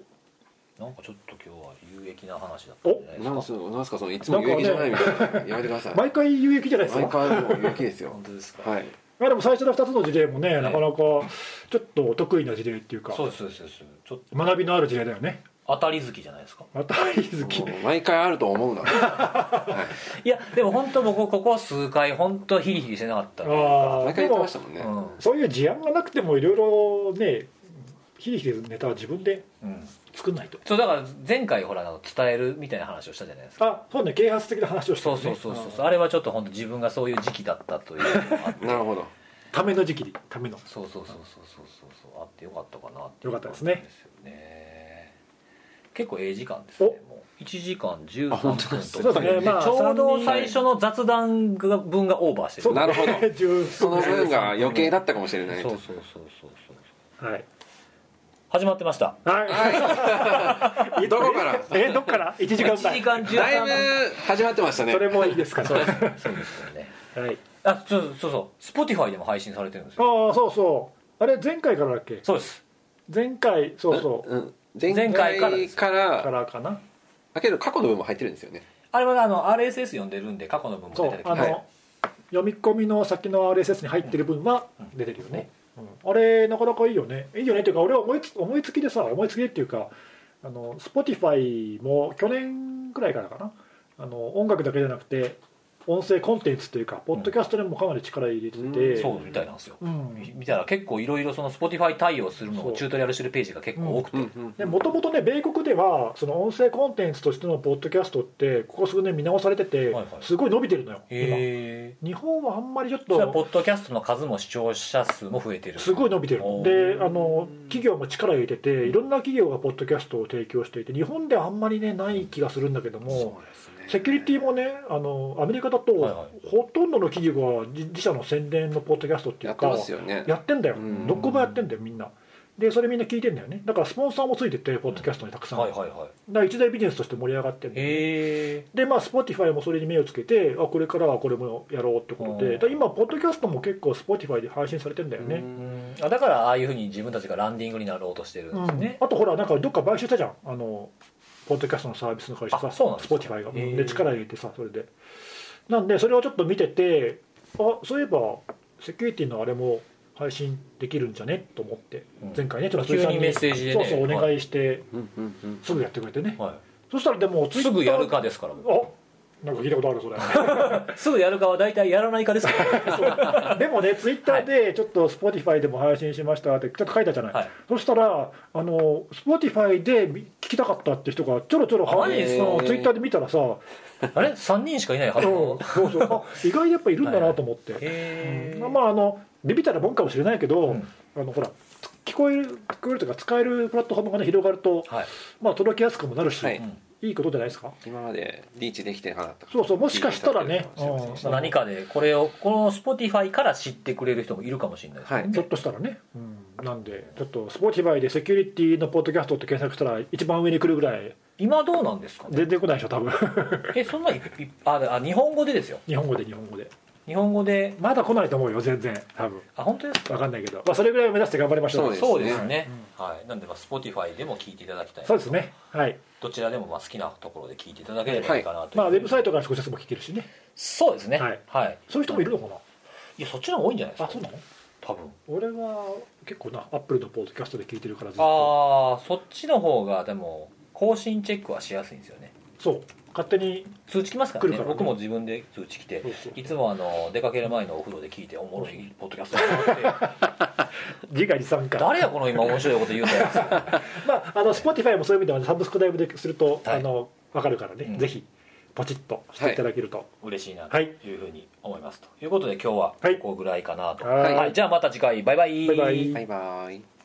Speaker 1: なんかちょっと今日は有益な話だったんじゃないですか。
Speaker 3: なんすなんすかそのいつも有益じゃないみたいな、ね、やめてください。
Speaker 2: 毎回有益じゃないですか。
Speaker 3: 毎回もう有益ですよ。
Speaker 1: 本当ですか。
Speaker 3: はい。
Speaker 2: まあでも最初のふたつの事例もね、なかなかちょっとお得意な事例っていうか、
Speaker 1: そうですそうですそうです、
Speaker 2: ちょっと学びのある事例だよね。
Speaker 1: 当たり好きじゃないですか。
Speaker 2: 当たり好き。
Speaker 3: 毎回あると思うな。
Speaker 1: はい、いやでも本当僕ここ数回本当ヒリヒリしてなかったの。
Speaker 3: ああ、毎回言ってましたもんね。
Speaker 2: うん、そういう事案がなくてもいろいろね、ヒリヒリするネタは自分で作んないと。
Speaker 1: うん、そうだから前回ほら伝えるみたいな話をしたじゃないですか。
Speaker 2: あ、そうね、啓発的な話をした、ね。
Speaker 1: そうそうそうそう。あれはちょっと本当自分がそういう時期だったというのがあって。
Speaker 3: なるほど。
Speaker 2: ための時期にための。
Speaker 1: そうそうそうそうそうそうあってよかったかなって
Speaker 2: よかったですね。
Speaker 1: ですよね。結構ええ時間ですね。もういちじかんじゅうさんぷんと
Speaker 2: そうだね、まあ、
Speaker 1: ちょうど最初の雑談分がオーバーしてる。
Speaker 3: なるほど。その分が余計だったかもしれない。
Speaker 1: そうそうそうそう
Speaker 2: そう。はい。
Speaker 1: 始まってました。
Speaker 2: はい。
Speaker 3: どこから？
Speaker 2: え、どっから？いちじかん。いち
Speaker 1: じかんじゅうさんぷん。
Speaker 3: だいぶ始まってましたね。
Speaker 2: それもいいですか。
Speaker 1: そうですよね。はい。あ、そうそうそう。Spotify でも配信されてるんです
Speaker 2: よ。ああ、そうそう。あれ前回からだっけ？
Speaker 1: そうです。
Speaker 2: 前回、そうそう。
Speaker 3: うん、前回から
Speaker 2: からかな。
Speaker 3: だけど過去の分も入ってるんですよね。
Speaker 1: あれはあの アールエスエス 読んでるんで過去の分も出てる。
Speaker 2: そう、あの、はい、読み込みの先の アールエスエス に入ってる分は出てるよね。うん、あれなかなかいいよね。いいよねっていうか、俺は思いつ思いつきでさ、思いつきでっていうか、あの Spotify も去年くらいからかな。あの音楽だけじゃなくて音声コンテンツというかポッドキャストでもかなり力入れてて、
Speaker 1: そうみたいなんですよ、
Speaker 2: うん、
Speaker 1: 見たら結構いろいろその Spotify 対応するのをチュートリアルしてるページが結構多くて、
Speaker 2: もともとね米国ではその音声コンテンツとしてのポッドキャストってここ数年見直されてて、はいはい、すごい伸びてるのよ
Speaker 1: へ
Speaker 2: 今。日本はあんまりちょっと
Speaker 1: それはポッドキャストの数も視聴者数も増えてる、
Speaker 2: すごい伸びてるで、あの企業も力入れてていろんな企業がポッドキャストを提供していて日本ではあんまりねない気がするんだけども、そうですね、セキュリティもねあのアメリカだと、はいはい、ほとんどの企業が自社の宣伝のポッドキャストっていうか
Speaker 3: やってますよね、
Speaker 2: やってんだよ、どこもやってんだよみんなでそれみんな聞いてんだよね。だからスポンサーもついててポッドキャストにたくさん、うんはいはいはい、だから一大ビジネスとして盛り上がってるんで、でまあ Spotify もそれに目をつけてあこれからはこれもやろうってことで、だ今ポッドキャストも結構 Spotify で配信されてんだよね。
Speaker 1: うんあだからああいうふうに自分たちがランディングになろうとしてるんですね、
Speaker 2: うん、あとほらなんかどっか買収したじゃんあのポッドキャストのサービスの会社さ、Spotify がで力入れてさそれでなんでそれをちょっと見ててあそういえばセキュリティのあれも配信できるんじゃねと思って、うん、前回ねちょっと
Speaker 1: 急にメッセージで、ね、
Speaker 2: そうそうお願いして、
Speaker 1: はい、
Speaker 2: すぐやってくれてね、
Speaker 1: はい、
Speaker 2: そしたらでも
Speaker 1: すぐやるかですから
Speaker 2: あなんか聞いたことあるそれ
Speaker 1: すぐやるかは大体やらないかですから
Speaker 2: でもねツイッターでちょっと Spotify でも配信しましたってちょっと書いたじゃない、はい、そしたらあの Spotify で聞きたかったって人がちょろちょろツイッターで見たらさ
Speaker 1: あれさんにんしかいないはずの
Speaker 2: そうそうあ意外にやっぱいるんだなと思って、はいはいうん、まああのビビったらもんかもしれないけど、うん、あのほら聞こえる聞こえるというか使えるプラットフォームが、ね、広がると、はいまあ、届きやすくもなるし、はいうんいいことじゃないですか。
Speaker 3: 今までリーチできてなかった
Speaker 2: そうそうもしかしたらね、
Speaker 1: うん、何かでこれをこの Spotify から知ってくれる人もいるかもしれないですね、
Speaker 2: はい、ひょっとしたらね、うん、なんでちょっと Spotify でセキュリティのポッドキャストって検索したら一番上に来るぐらい
Speaker 1: 今どうなんですかね。
Speaker 2: 全然来ないでしょ多分
Speaker 1: えそんなああ日本語でですよ
Speaker 2: 日本語で日本語で
Speaker 1: 日本語で
Speaker 2: まだ来ないと思うよ全然多分
Speaker 1: あ本当ですか
Speaker 2: 分かんないけど、まあ、それぐらいを目指して頑張りましょう。
Speaker 1: そうですね、うん、はい、なんでまあ Spotify でも聞いていただきたい。
Speaker 2: そうですねはい
Speaker 1: どちらでもまあ好きなところで聞いていただければいいかなという、
Speaker 2: はいまあ、ウェブサイトから少しずつも聞けるしね。
Speaker 1: そうですね
Speaker 2: はい、
Speaker 1: はい、
Speaker 2: そういう人もいるのかな。
Speaker 1: いやそっちの方が多いんじゃないですか。
Speaker 2: あそうなの
Speaker 1: 多分
Speaker 2: 俺は結構なアップルのポッドキャストで聞いてるからずっと
Speaker 1: ああそっちの方がでも更新チェックはしやすいんですよね。
Speaker 2: そう勝手に
Speaker 1: 通知来ますから ね,
Speaker 2: からね
Speaker 1: 僕も自分で通知来て
Speaker 2: そうそう
Speaker 1: いつもあの出かける前のお風呂で聞いておもろいポッドキャストだなって
Speaker 2: 自画自賛か
Speaker 1: 誰やこの今面白いこと言うたやつ
Speaker 2: まああの Spotify もそういう意味ではサブスクライブですると、はい、あの分かるからね、うん、ぜひポチッとしていただけると、はい、
Speaker 1: 嬉しいなというふうに思います、はい、ということで今日はここぐらいかなと、
Speaker 2: はい
Speaker 1: はい、じゃあまた次回バイバイ
Speaker 2: バイバイ
Speaker 3: バイバイ。